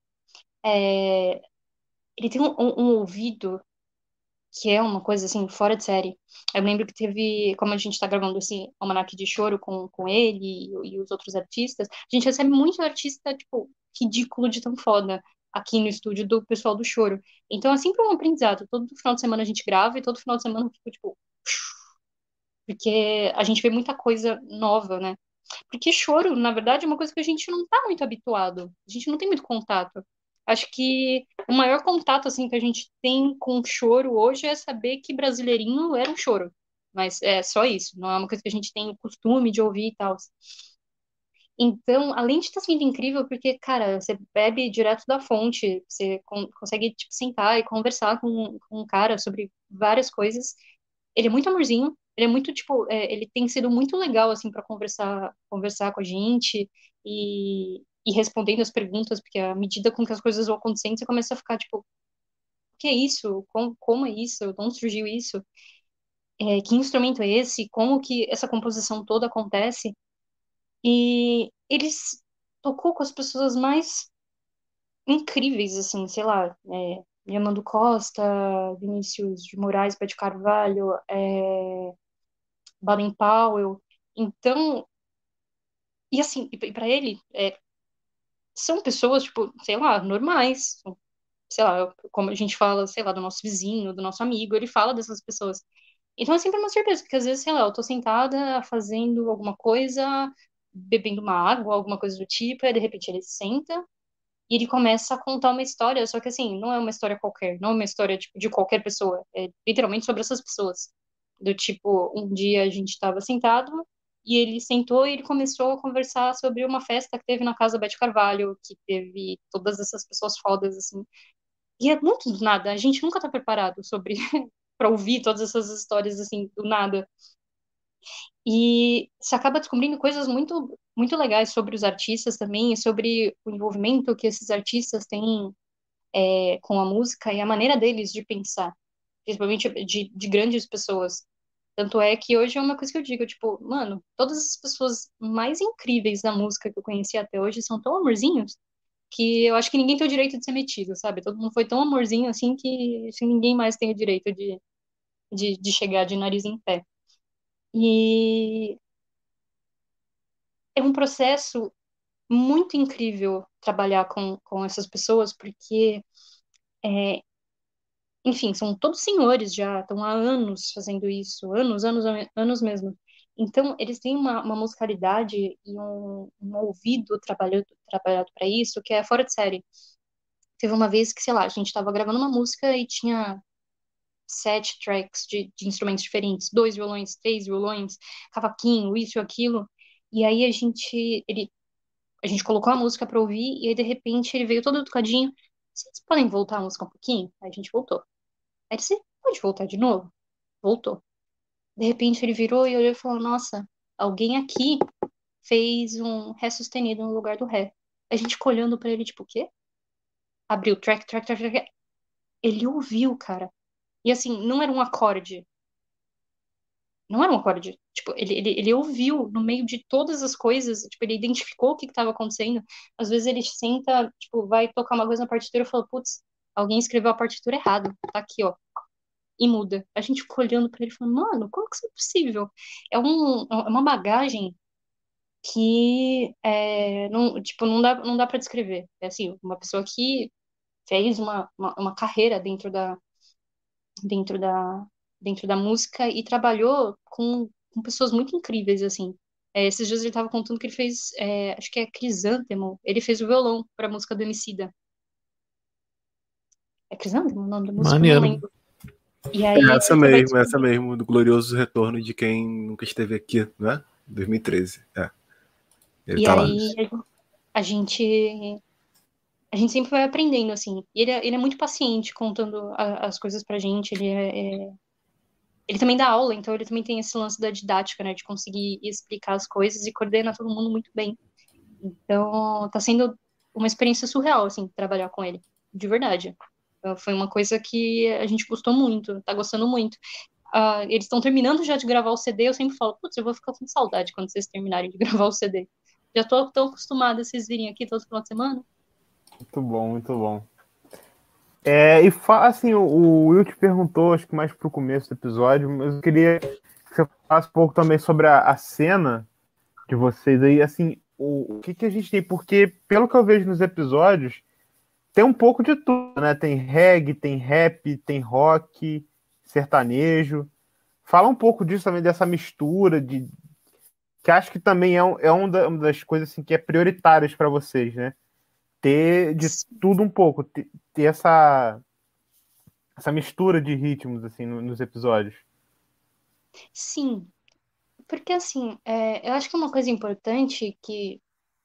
é, ele tem um, um- um ouvido que é uma coisa assim, fora de série. Eu lembro que teve, como a gente tá gravando esse almanaque de choro com, com ele e, e os outros artistas, a gente recebe muito artista, tipo, ridículo de tão foda aqui no estúdio do pessoal do choro. Então é sempre um aprendizado. Todo final de semana a gente grava e todo final de semana eu fico, tipo, porque a gente vê muita coisa nova, né? Porque choro, na verdade, é uma coisa que a gente não tá muito habituado. A gente não tem muito contato. Acho que o maior contato assim que a gente tem com choro hoje é saber que Brasileirinho era um choro. Mas é só isso, não é uma coisa que a gente tem o costume de ouvir e tal. Então, além de estar sendo incrível, porque, cara, você bebe direto da fonte, você con- consegue, tipo, sentar e conversar com, com um cara sobre várias coisas. Ele é muito amorzinho, ele é muito, tipo, é, ele tem sido muito legal, assim, para conversar, conversar com a gente e, e respondendo as perguntas, porque à medida com que as coisas vão acontecendo, você começa a ficar, tipo, o que é isso? Como, como é isso? De onde surgiu isso? É, que instrumento é esse? Como que essa composição toda acontece? E eles tocou com as pessoas mais incríveis, assim, sei lá, é, Yamando Costa, Vinícius de Moraes, Pé de Carvalho, é, Baden Powell. Então, e assim, e para ele, é, são pessoas, tipo, sei lá, normais, sei lá, como a gente fala, sei lá, do nosso vizinho, do nosso amigo, ele fala dessas pessoas. Então é sempre uma surpresa, porque às vezes, sei lá, eu tô sentada fazendo alguma coisa, bebendo uma água, alguma coisa do tipo, e de repente ele senta e ele começa a contar uma história, só que assim, não é uma história qualquer, não é uma história tipo, de qualquer pessoa, é literalmente sobre essas pessoas. Do tipo, um dia a gente estava sentado e ele sentou e ele começou a conversar sobre uma festa que teve na casa da Beth Carvalho, que teve todas essas pessoas fodas, assim. E é muito do nada, a gente nunca tá preparado sobre para ouvir todas essas histórias assim do nada. E você acaba descobrindo coisas muito muito legais sobre os artistas também, e sobre o envolvimento que esses artistas têm é, com a música e a maneira deles de pensar, principalmente de, de grandes pessoas. Tanto é que hoje é uma coisa que eu digo, tipo, mano, todas as pessoas mais incríveis da música que eu conheci até hoje são tão amorzinhos que eu acho que ninguém tem o direito de ser metido, sabe? Todo mundo foi tão amorzinho assim que acho que ninguém mais tem o direito de, de, de chegar de nariz em pé. E é um processo muito incrível trabalhar com, com essas pessoas, porque, é, enfim, são todos senhores já, estão há anos fazendo isso, anos, anos, anos mesmo. Então, eles têm uma, uma musicalidade e um, um ouvido trabalhado, trabalhado para isso que é fora de série. Teve uma vez que, sei lá, a gente estava gravando uma música e tinha sete tracks de, de instrumentos diferentes, dois violões, três violões, cavaquinho, isso e aquilo. E aí a gente, ele, a gente colocou a música pra ouvir e aí de repente ele veio todo educadinho. Vocês podem voltar a música um pouquinho? Aí a gente voltou. Aí ele disse, pode voltar de novo? Voltou. De repente ele virou e olhou e falou, nossa, alguém aqui fez um ré sustenido no lugar do ré. A gente ficou olhando pra ele, tipo, o quê? Abriu track, track, track, track. Ele ouviu, cara. E assim, não era um acorde. Não era um acorde. Tipo, ele, ele, ele ouviu no meio de todas as coisas, tipo, ele identificou o que estava acontecendo. Às vezes ele senta, tipo, vai tocar uma coisa na partitura e fala, putz, alguém escreveu a partitura errado. Tá aqui, ó. E muda. A gente ficou olhando pra ele e falando, mano, como que isso é possível? É, um, é uma bagagem que é, não, tipo, não dá, não dá para descrever. É assim, uma pessoa que fez uma, uma, uma carreira dentro da, dentro da, dentro da música e trabalhou com, com pessoas muito incríveis, assim. É, esses dias ele estava contando que ele fez, é, acho que é Crisântemo, ele fez o violão para a música do Emicida. É Crisântemo o nome da música? Eu não Maneiro. lembro. E É aí essa você vai mesmo, essa descobrir. mesmo, do glorioso retorno de quem nunca esteve aqui, né? dois mil e treze. É, ele E tá lá. aí a gente a gente sempre vai aprendendo, assim. E ele é, ele é muito paciente contando a- as coisas pra gente. Ele é, é- ele também dá aula, então ele também tem esse lance da didática, né? De conseguir explicar as coisas e coordena todo mundo muito bem. Então, tá sendo uma experiência surreal, assim, trabalhar com ele. De verdade. Então, foi uma coisa que a gente gostou muito, tá gostando muito. Ah, eles estão terminando já de gravar o C D, eu sempre falo, putz, eu vou ficar com saudade quando vocês terminarem de gravar o C D. Já tô tão acostumada a vocês virem aqui todo final de semana. Muito bom, muito bom. É, e fa- assim, o, o Will te perguntou, acho que mais pro começo do episódio, mas eu queria que você falasse um pouco também sobre a, a cena de vocês aí, assim, o, o que que a gente tem, porque pelo que eu vejo nos episódios, tem um pouco de tudo, né? Tem reggae, tem rap, tem rock, sertanejo. Fala um pouco disso também, dessa mistura, de que acho que também é, um, é um da- uma das coisas assim, que é prioritárias para vocês, né? Ter de tudo um pouco, ter, ter essa, essa mistura de ritmos assim no- nos episódios. Sim, porque assim, é, eu acho que uma coisa importante que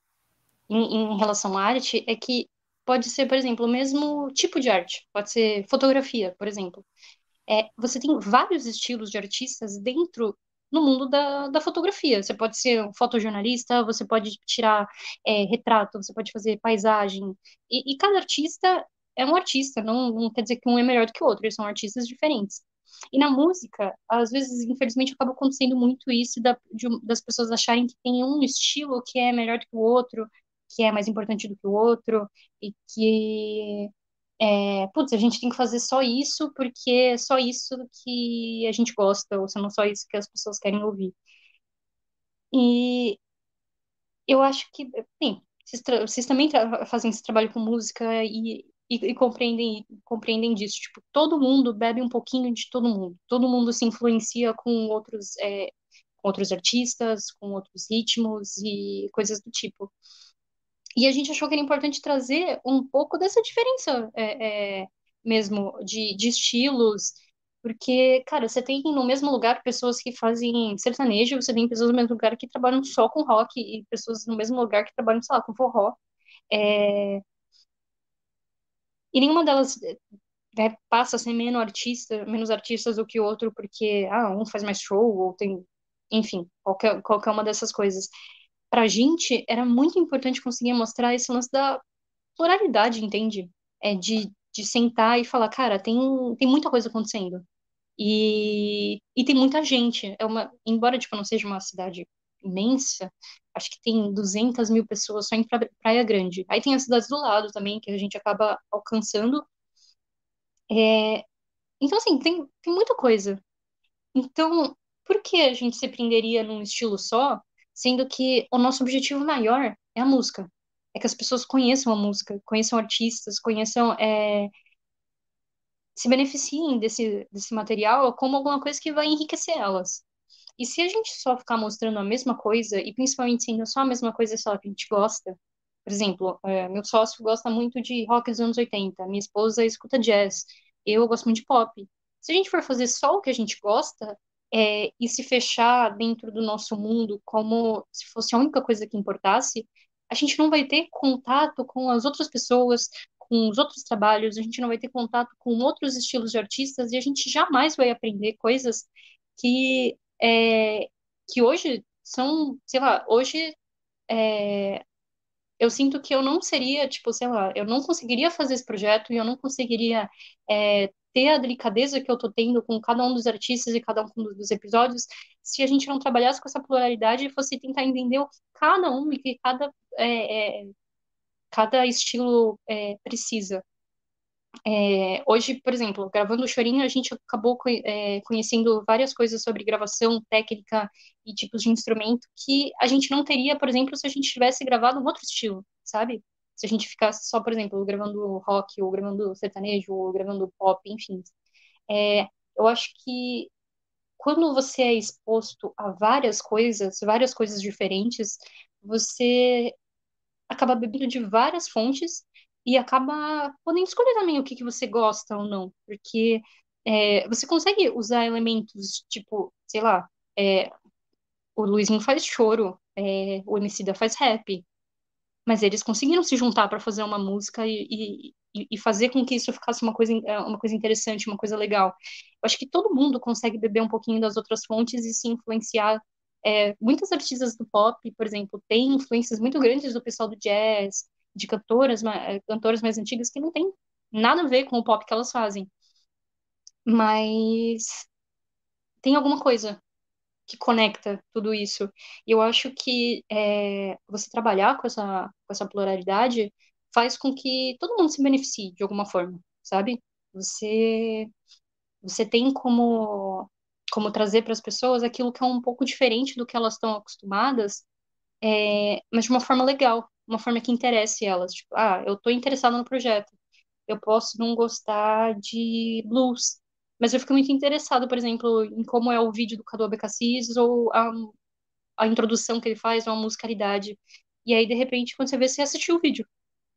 em, em relação à arte é que pode ser, por exemplo, o mesmo tipo de arte. Pode ser fotografia, por exemplo. É, você tem vários estilos de artistas dentro no mundo da, da fotografia. Você pode ser um fotojornalista, você pode tirar é, retrato, você pode fazer paisagem. E, e cada artista é um artista, não, não quer dizer que um é melhor do que o outro, eles são artistas diferentes. E na música, às vezes, infelizmente, acaba acontecendo muito isso da, de um- das pessoas acharem que tem um estilo que é melhor do que o outro, que é mais importante do que o outro, e que é, putz, a gente tem que fazer só isso porque é só isso que a gente gosta, ou se não só isso que as pessoas querem ouvir. E eu acho que, sim, vocês, tra- vocês também tra- fazem esse trabalho com música e, e, e compreendem, compreendem disso. Tipo, todo mundo bebe um pouquinho de todo mundo. Todo mundo se influencia com outros, é, com outros artistas, com outros ritmos e coisas do tipo. E a gente achou que era importante trazer um pouco dessa diferença é, é, mesmo de, de estilos, porque, cara, você tem no mesmo lugar pessoas que fazem sertanejo, você tem pessoas no mesmo lugar que trabalham só com rock, e pessoas no mesmo lugar que trabalham, sei lá, com forró. É, e nenhuma delas né, passa a ser menos artista, menos artistas do que o outro, porque ah, um faz mais show, ou tem, enfim, qualquer, qualquer uma dessas coisas. Pra gente, era muito importante conseguir mostrar esse lance da pluralidade, entende? É de, de sentar e falar, cara, tem, tem muita coisa acontecendo. E, e tem muita gente. É uma, embora tipo, não seja uma cidade imensa, acho que tem duzentas mil pessoas só em Pra- Praia Grande. Aí tem as cidades do lado também, que a gente acaba alcançando. É, então, assim, tem, tem muita coisa. Então, por que a gente se prenderia num estilo só, sendo que o nosso objetivo maior é a música? É que as pessoas conheçam a música, conheçam artistas, conheçam, é, se beneficiem desse, desse material como alguma coisa que vai enriquecer elas. E se a gente só ficar mostrando a mesma coisa, e principalmente sendo só a mesma coisa só que a gente gosta, por exemplo, é, meu sócio gosta muito de rock dos anos oitenta, minha esposa escuta jazz, eu gosto muito de pop. Se a gente for fazer só o que a gente gosta, é, e se fechar dentro do nosso mundo como se fosse a única coisa que importasse, a gente não vai ter contato com as outras pessoas, com os outros trabalhos, a gente não vai ter contato com outros estilos de artistas e a gente jamais vai aprender coisas que é, que hoje são, sei lá, hoje é, eu sinto que eu não seria, tipo, sei lá, eu não conseguiria fazer esse projeto e eu não conseguiria é, ter a delicadeza que eu tô tendo com cada um dos artistas e cada um dos episódios se a gente não trabalhasse com essa pluralidade e fosse tentar entender o que cada um e que cada, é, é, cada estilo é, precisa. É, hoje, por exemplo, gravando o Chorinho, a gente acabou co- é, conhecendo várias coisas sobre gravação, técnica e tipos de instrumento que a gente não teria, por exemplo, se a gente tivesse gravado um outro estilo, sabe? Se a gente ficasse só, por exemplo, gravando rock, ou gravando sertanejo, ou gravando pop, enfim. É, eu acho que quando você é exposto a várias coisas, várias coisas diferentes, você acaba bebendo de várias fontes e acaba podendo escolher também o que que você gosta ou não, porque é, você consegue usar elementos tipo, sei lá, é, o Luizinho faz choro, é, o Emicida faz rap, mas eles conseguiram se juntar para fazer uma música e, e, e fazer com que isso ficasse uma coisa, é, uma coisa interessante, uma coisa legal. Eu acho que todo mundo consegue beber um pouquinho das outras fontes e se influenciar. É, muitas artistas do pop, por exemplo, têm influências muito grandes do pessoal do jazz, de cantoras, ma- é, cantoras mais antigas que não tem nada a ver com o pop que elas fazem, mas tem alguma coisa que conecta tudo isso. E eu acho que é, você trabalhar com essa, com essa pluralidade faz com que todo mundo se beneficie de alguma forma, sabe? Você, você tem como, como trazer para as pessoas aquilo que é um pouco diferente do que elas estão acostumadas, é, mas de uma forma legal, uma forma que interesse elas. Tipo, ah, eu estou interessada no projeto. Eu posso não gostar de blues, mas eu fico muito interessado, por exemplo, em como é o vídeo do Cadu Abecassis ou a, a introdução que ele faz, uma musicalidade. E aí, de repente, quando você vê, você assistiu o vídeo.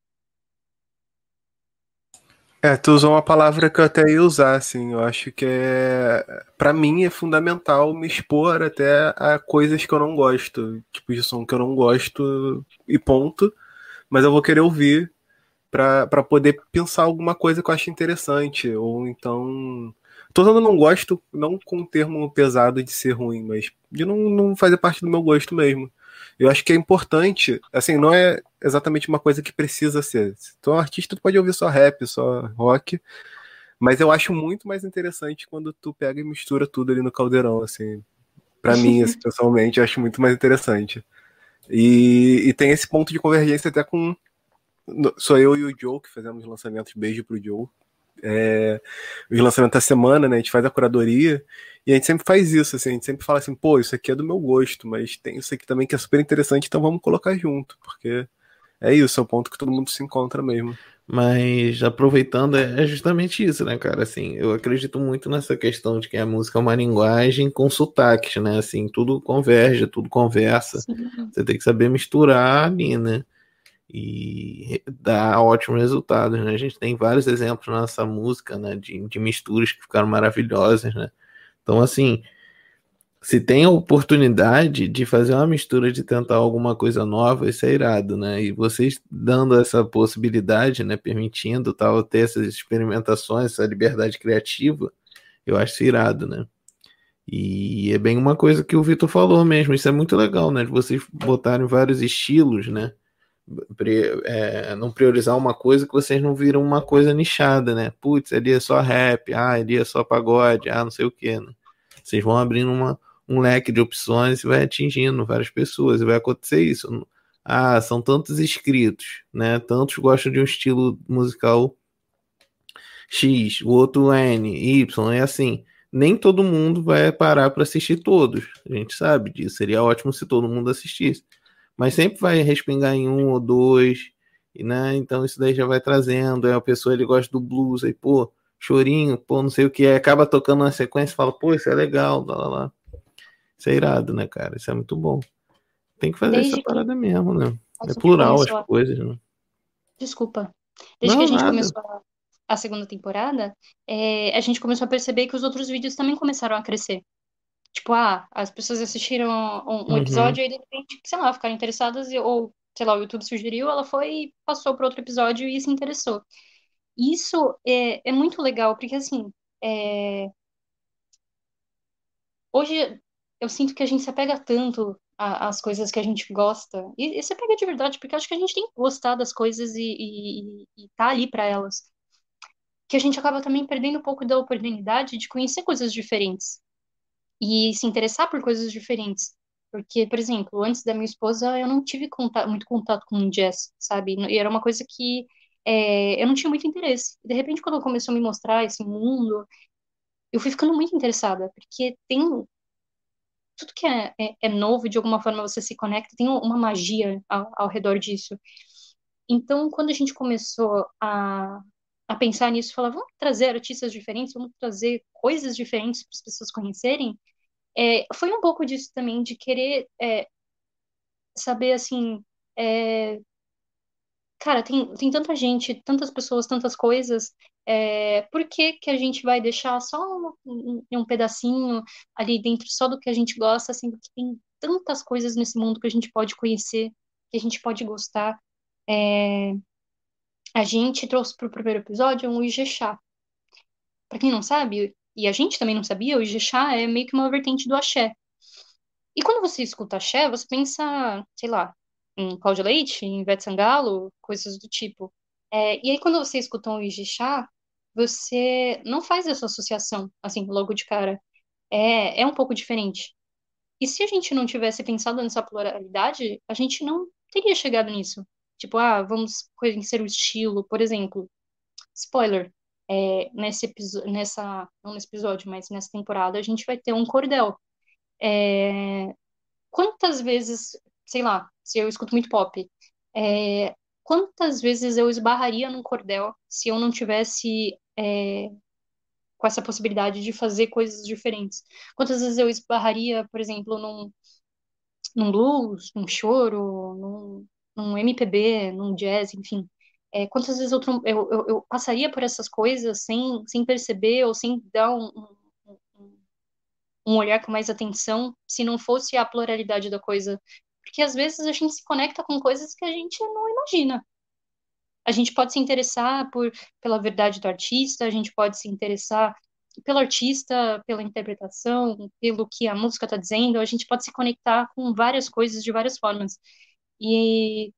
É, tu usou uma palavra que eu até ia usar, assim, eu acho que é, pra mim é fundamental me expor até a coisas que eu não gosto, tipo de som que eu não gosto e ponto, mas eu vou querer ouvir para poder pensar alguma coisa que eu acho interessante. Ou então. Tô usando não gosto, não com o termo pesado de ser ruim, mas de não, não fazer parte do meu gosto mesmo. Eu acho que é importante, assim, não é exatamente uma coisa que precisa ser. Se tu é um artista, tu pode ouvir só rap, só rock, mas eu acho muito mais interessante quando tu pega e mistura tudo ali no caldeirão, assim. Pra mim, assim, pessoalmente, eu acho muito mais interessante. E, e tem esse ponto de convergência até com. Sou eu e o Joe que fazemos lançamentos. Beijo pro Joe. É, os lançamentos da semana, né? A gente faz a curadoria e a gente sempre faz isso, assim, a gente sempre fala assim, pô, isso aqui é do meu gosto, mas tem isso aqui também que é super interessante, então vamos colocar junto, porque é isso, é o ponto que todo mundo se encontra mesmo. Mas aproveitando, é justamente isso, né, cara? Assim, eu acredito muito nessa questão de que a música é uma linguagem com sotaques, né? Assim, tudo converge, tudo conversa. Sim. Você tem que saber misturar ali, né? E dá ótimos resultados, né? A gente tem vários exemplos na nossa música, né? De, de misturas que ficaram maravilhosas, né? Então, assim, se tem a oportunidade de fazer uma mistura, de tentar alguma coisa nova, isso é irado, né? E vocês dando essa possibilidade, né? Permitindo tal, ter essas experimentações, essa liberdade criativa, eu acho isso irado, né? E é bem uma coisa que o Vitor falou mesmo, isso é muito legal, né? De vocês botarem vários estilos, né? Pri- é, não priorizar uma coisa que vocês não viram uma coisa nichada, né? Putz, ali é só rap, ah, ali é só pagode, ah, não sei o que, né? Vocês vão abrindo uma, um leque de opções e vai atingindo várias pessoas, e vai acontecer isso. Ah, são tantos inscritos, né? Tantos gostam de um estilo musical X, o outro N, Y, é assim. Nem todo mundo vai parar para assistir todos. A gente sabe disso. Seria ótimo se todo mundo assistisse. Mas sempre vai respingar em um ou dois, e, né? Então isso daí já vai trazendo. Aí a pessoa ele gosta do blues, aí, pô, chorinho, pô, não sei o que. Aí acaba tocando na sequência e fala, pô, isso é legal, lá, lá, lá. Isso é irado, né, cara? Isso é muito bom. Tem que fazer essa Desde que parada mesmo, né? a É gente plural as começou a... coisas, né? Desculpa. Desde que a Não, gente nada. começou a, a segunda temporada, é, a gente começou a perceber que os outros vídeos também começaram a crescer. Tipo, ah, as pessoas assistiram um, um Uhum. episódio e aí, de repente, sei lá, ficaram interessadas, e, ou, sei lá, o YouTube sugeriu, ela foi e passou para outro episódio e se interessou. Isso é, é muito legal, porque assim, é, hoje eu sinto que a gente se apega tanto a- às coisas que a gente gosta, e, e se apega de verdade, porque eu acho que a gente tem que gostar das coisas e, e, e e tá ali para elas, que a gente acaba também perdendo um pouco da oportunidade de conhecer coisas diferentes e se interessar por coisas diferentes. Porque, por exemplo, antes da minha esposa, eu não tive contato, muito contato com jazz, sabe? E era uma coisa que é, eu não tinha muito interesse. De repente, quando ela começou a me mostrar esse mundo, eu fui ficando muito interessada, porque tem tudo que é, é, é novo, de alguma forma você se conecta, tem uma magia ao, ao redor disso. Então, quando a gente começou a, a pensar nisso, falar, vamos trazer artistas diferentes, vamos trazer coisas diferentes para as pessoas conhecerem, é, foi um pouco disso também, de querer é, saber, assim, é, cara, tem, tem tanta gente, tantas pessoas, tantas coisas, é, por que que a gente vai deixar só um, um, um pedacinho ali dentro, só do que a gente gosta, sendo que tem tantas coisas nesse mundo que a gente pode conhecer, que a gente pode gostar. É, a gente trouxe para o primeiro episódio um Ijexá. Para quem não sabe, e a gente também não sabia, o Ijexá é meio que uma vertente do axé. E quando você escuta axé, você pensa, sei lá, em Cláudia Leite, em Ivete Sangalo, coisas do tipo. É, e aí quando você escuta um Ijexá, você não faz essa associação, assim, logo de cara. É, é um pouco diferente. E se a gente não tivesse pensado nessa pluralidade, a gente não teria chegado nisso. Tipo, ah, vamos conhecer o estilo, por exemplo. Spoiler, é, nesse episódio, nessa, não nesse episódio, mas nessa temporada, a gente vai ter um cordel. É, quantas vezes, sei lá, se eu escuto muito pop, é, quantas vezes eu esbarraria num cordel se eu não tivesse é, com essa possibilidade de fazer coisas diferentes? Quantas vezes eu esbarraria, por exemplo, num, num blues, num choro, num, num M P B, num jazz, enfim? É, quantas vezes eu, trom- eu, eu, eu passaria por essas coisas sem, sem perceber ou sem dar um, um, um um olhar com mais atenção se não fosse a pluralidade da coisa. Porque às vezes a gente se conecta com coisas que a gente não imagina. A gente pode se interessar por, pela verdade do artista, a gente pode se interessar pelo artista, pela interpretação, pelo que a música está dizendo, a gente pode se conectar com várias coisas de várias formas. E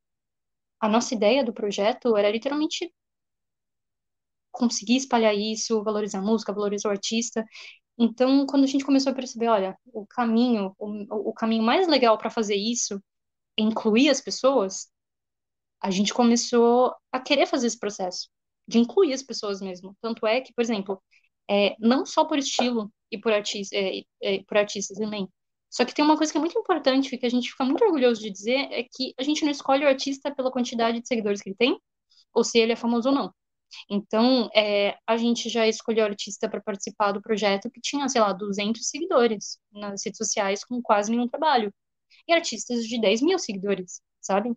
a nossa ideia do projeto era literalmente conseguir espalhar isso, valorizar a música, valorizar o artista. Então, quando a gente começou a perceber, olha, o caminho, o, o caminho mais legal para fazer isso é incluir as pessoas, a gente começou a querer fazer esse processo, de incluir as pessoas mesmo. Tanto é que, por exemplo, é, não só por estilo e por, artis, é, é, por artistas também, só que tem uma coisa que é muito importante, que a gente fica muito orgulhoso de dizer, é que a gente não escolhe o artista pela quantidade de seguidores que ele tem, ou se ele é famoso ou não. Então, é, a gente já escolheu o artista para participar do projeto que tinha, sei lá, duzentos seguidores nas redes sociais com quase nenhum trabalho. E artistas de dez mil seguidores, sabe?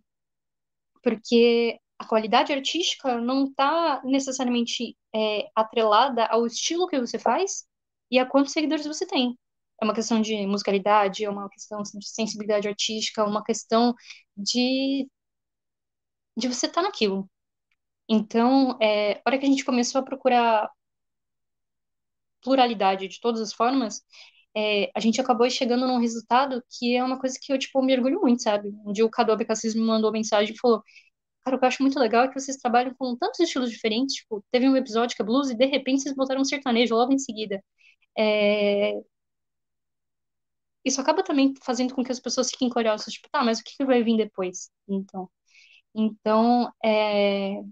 Porque a qualidade artística não está necessariamente é, atrelada ao estilo que você faz e a quantos seguidores você tem. É uma questão de musicalidade, é uma questão de sensibilidade artística, é uma questão de, de você estar naquilo. Então, é, a hora que a gente começou a procurar pluralidade de todas as formas, é, a gente acabou chegando num resultado que é uma coisa que eu, tipo, me orgulho muito, sabe? Um dia o Cadu Abecassis me mandou mensagem e falou: cara, o que eu acho muito legal é que vocês trabalham com tantos estilos diferentes. Tipo, teve um episódio que é blues e de repente vocês botaram um sertanejo logo em seguida. É... Isso acaba também fazendo com que as pessoas fiquem curiosas, tipo, tá, mas o que que vai vir depois? Então, então é...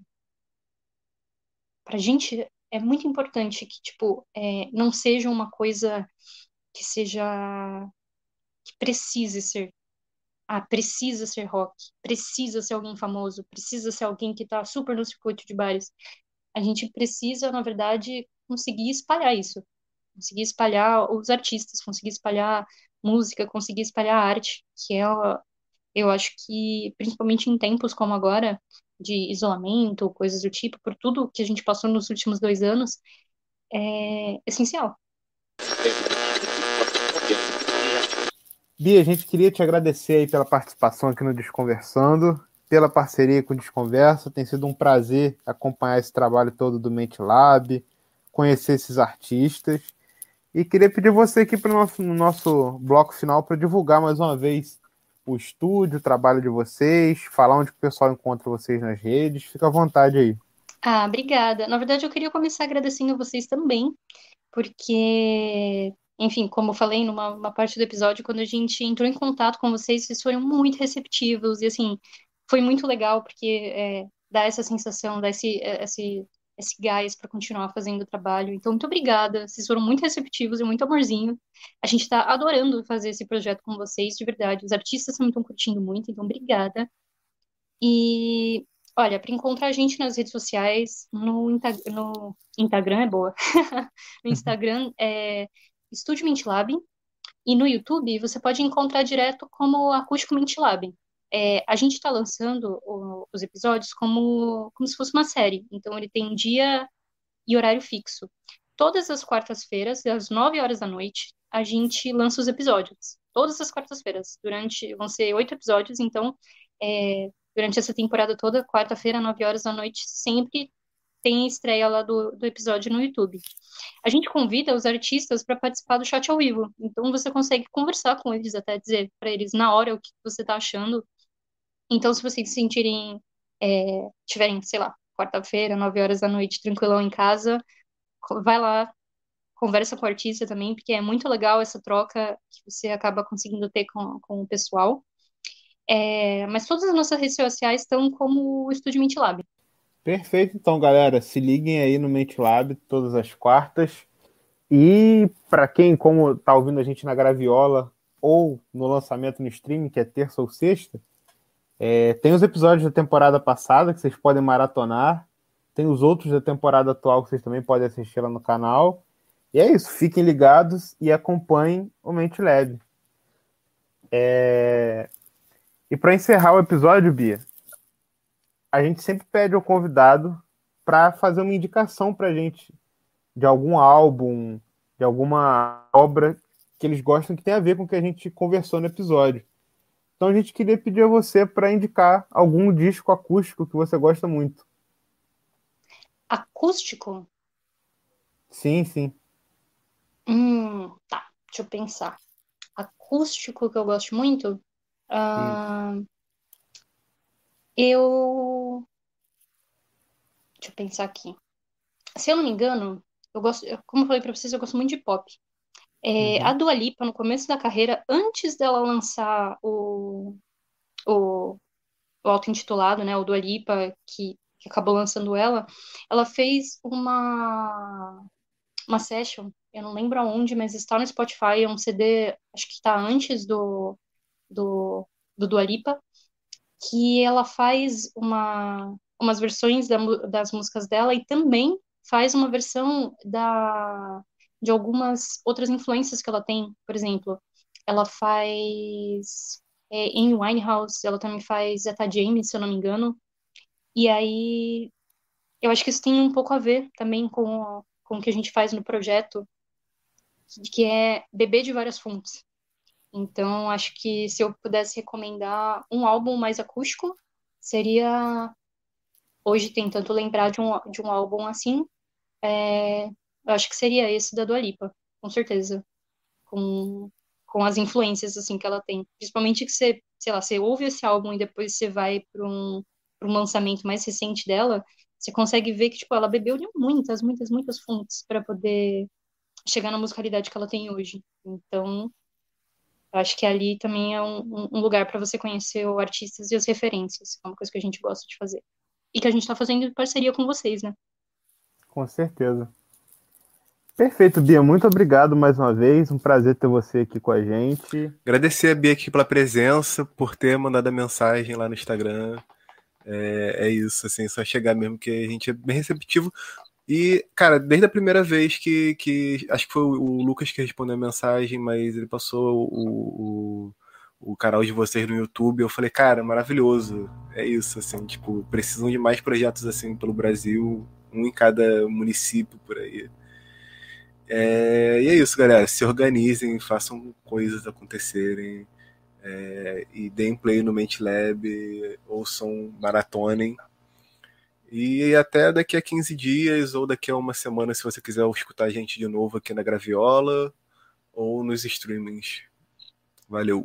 pra gente é muito importante que, tipo, é... não seja uma coisa que seja... que precise ser. Ah, precisa ser rock, precisa ser alguém famoso, precisa ser alguém que tá super no circuito de bares. A gente precisa, na verdade, conseguir espalhar isso. Conseguir espalhar os artistas, conseguir espalhar música, conseguir espalhar arte, que é, eu acho que, principalmente em tempos como agora, de isolamento, coisas do tipo, por tudo que a gente passou nos últimos dois anos, é essencial. Bia, a gente queria te agradecer aí pela participação aqui no Desconversando, pela parceria com o Desconversa. Tem sido um prazer acompanhar esse trabalho todo do Mente Lab, conhecer esses artistas. E queria pedir você aqui para o nosso, no nosso bloco final para divulgar mais uma vez o estúdio, o trabalho de vocês, falar onde o pessoal encontra vocês nas redes. Fica à vontade aí. Ah, obrigada. Na verdade, eu queria começar agradecendo a vocês também, porque, enfim, como eu falei numa uma parte do episódio, quando a gente entrou em contato com vocês, vocês foram muito receptivos, e assim, foi muito legal, porque é, dá essa sensação, dá esse, esse, esse gás para continuar fazendo o trabalho. Então, muito obrigada, vocês foram muito receptivos e muito amorzinho. A gente está adorando fazer esse projeto com vocês, de verdade. Os artistas também estão curtindo muito, então obrigada. E, olha, para encontrar a gente nas redes sociais, no, Inta- no Instagram é boa. No Instagram é Estúdio Mente Lab. E no YouTube você pode encontrar direto como Acústico Mente Lab. É, a gente está lançando o- os episódios como, como se fosse uma série. Então ele tem um dia e horário fixo. Todas as quartas-feiras, às nove horas da noite, a gente lança os episódios. Todas as quartas-feiras. Durante, vão ser oito episódios, então, é, durante essa temporada toda, quarta-feira, nove horas da noite, sempre tem estreia lá do, do episódio no YouTube. A gente convida os artistas para participar do chat ao vivo. Então você consegue conversar com eles, até dizer para eles na hora o que você está achando. Então, se vocês se sentirem, é, tiverem, sei lá, quarta-feira, nove horas da noite, tranquilão em casa, co- vai lá, conversa com o artista também, porque é muito legal essa troca que você acaba conseguindo ter com, com o pessoal. É, mas todas as nossas redes sociais estão como o Estúdio Mente Lab. Perfeito, então, galera, se liguem aí no Mente Lab todas as quartas. E para quem, como tá ouvindo a gente na Graviola ou no lançamento no streaming, que é terça ou sexta, é, tem os episódios da temporada passada que vocês podem maratonar. Tem os outros da temporada atual que vocês também podem assistir lá no canal. E é isso, fiquem ligados e acompanhem o Mente Lab. É... E para encerrar o episódio, Bia, a gente sempre pede ao convidado para fazer uma indicação para a gente de algum álbum, de alguma obra que eles gostam que tem a ver com o que a gente conversou no episódio. Então a gente queria pedir a você para indicar algum disco acústico que você gosta muito. Acústico? Sim, sim. Hum, tá, deixa eu pensar. Acústico que eu gosto muito? Ah, eu. Deixa eu pensar aqui. Se eu não me engano, eu gosto, eu- como eu falei pra vocês, eu gosto muito de pop. É, a Uhum. Dua Lipa, no começo da carreira, antes dela lançar o, o, o auto-intitulado, né, o Dua Lipa, que, que acabou lançando ela, ela fez uma, uma session, eu não lembro aonde, mas está no Spotify, é um C D, acho que está antes do, do, do Dua Lipa, que ela faz uma, umas versões da mu- das músicas dela e também faz uma versão da, de algumas outras influências que ela tem. Por exemplo, ela faz é, Amy Winehouse, ela também faz Etta James, se eu não me engano. E aí, eu acho que isso tem um pouco a ver também com, o- com o que a gente faz no projeto, que é beber de várias fontes. Então, acho que se eu pudesse recomendar um álbum mais acústico, seria hoje tentando lembrar de um, de um álbum assim, é, eu acho que seria esse da Dua Lipa, com certeza, com, com as influências assim que ela tem. Principalmente que você, sei lá, você ouve esse álbum e depois você vai para um, para um lançamento mais recente dela, você consegue ver que tipo ela bebeu de muitas, muitas, muitas fontes para poder chegar na musicalidade que ela tem hoje. Então, eu acho que ali também é um, um um lugar para você conhecer os artistas e as referências, é uma coisa que a gente gosta de fazer. E que a gente está fazendo em parceria com vocês, né? Com certeza. Perfeito, Bia. Muito obrigado mais uma vez. Um prazer ter você aqui com a gente. Agradecer a Bia aqui pela presença, por ter mandado a mensagem lá no Instagram. É, é isso, assim, só chegar mesmo que a gente é bem receptivo. E, cara, desde a primeira vez que, que acho que foi o Lucas que respondeu a mensagem, mas ele passou o, o, o canal de vocês no YouTube, eu falei, cara, maravilhoso. É isso, assim, tipo, precisam de mais projetos assim pelo Brasil, um em cada município por aí. É, e é isso, galera. Se organizem, façam coisas acontecerem. É, e deem play no MenteLab, ouçam, maratonem. E até daqui a quinze dias ou daqui a uma semana, se você quiser escutar a gente de novo aqui na Graviola ou nos streamings. Valeu.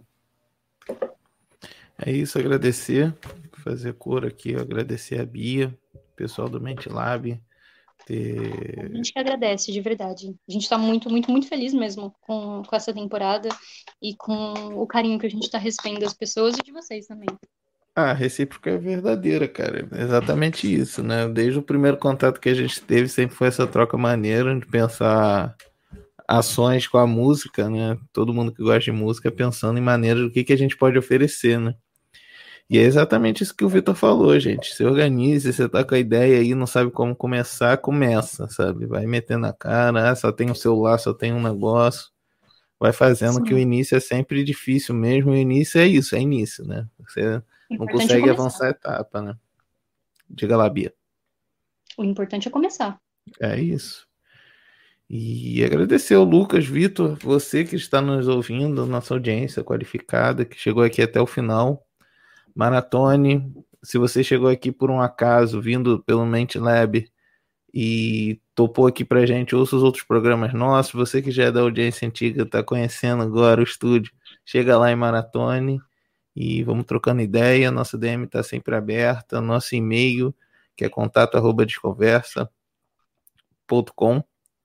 É isso, agradecer, fazer cor aqui, agradecer a Bia, pessoal do MenteLab, ter... A gente que agradece, de verdade. A gente está muito, muito, muito feliz mesmo com, com essa temporada e com o carinho que a gente está recebendo das pessoas e de vocês também. Ah, a recíproca é verdadeira, cara. É exatamente isso, né? Desde o primeiro contato que a gente teve, sempre foi essa troca maneira de pensar ações com a música, né? Todo mundo que gosta de música pensando em maneiras do que, que a gente pode oferecer, né? E é exatamente isso que o Vitor falou, gente. Se organize, você tá com a ideia aí, não sabe como começar, começa, sabe? Vai metendo a cara, ah, só tem um celular, só tem um negócio. Vai fazendo que o Sim. início é sempre difícil mesmo. O início é isso, é início, né? Você O não importante é consegue começar. avançar a etapa, né? Diga lá, Bia. O importante é começar. É isso. E agradecer ao Lucas, Vitor, você que está nos ouvindo, nossa audiência qualificada, que chegou aqui até o final. Maratone, se você chegou aqui por um acaso, vindo pelo MenteLab e topou aqui pra gente, ouça os outros programas nossos, você que já é da audiência antiga, está conhecendo agora o estúdio, chega lá em Maratone e vamos trocando ideia, nossa D M está sempre aberta, nosso e-mail, que é contato arroba desconversa ponto com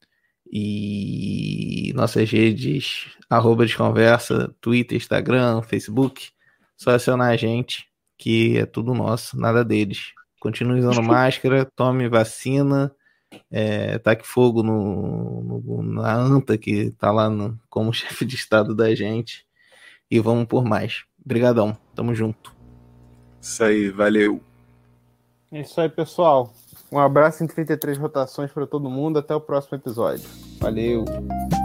e nossas redes, arroba desconversa, Twitter, Instagram, Facebook, só acionar a gente, que é tudo nosso, nada deles. Continue usando máscara, tome vacina, é, taque fogo no, no, na anta que tá lá no, como chefe de estado da gente e vamos por mais. Obrigadão, tamo junto. Isso aí, valeu. É isso aí, pessoal. Um abraço em trinta e três rotações para todo mundo. Até o próximo episódio. Valeu!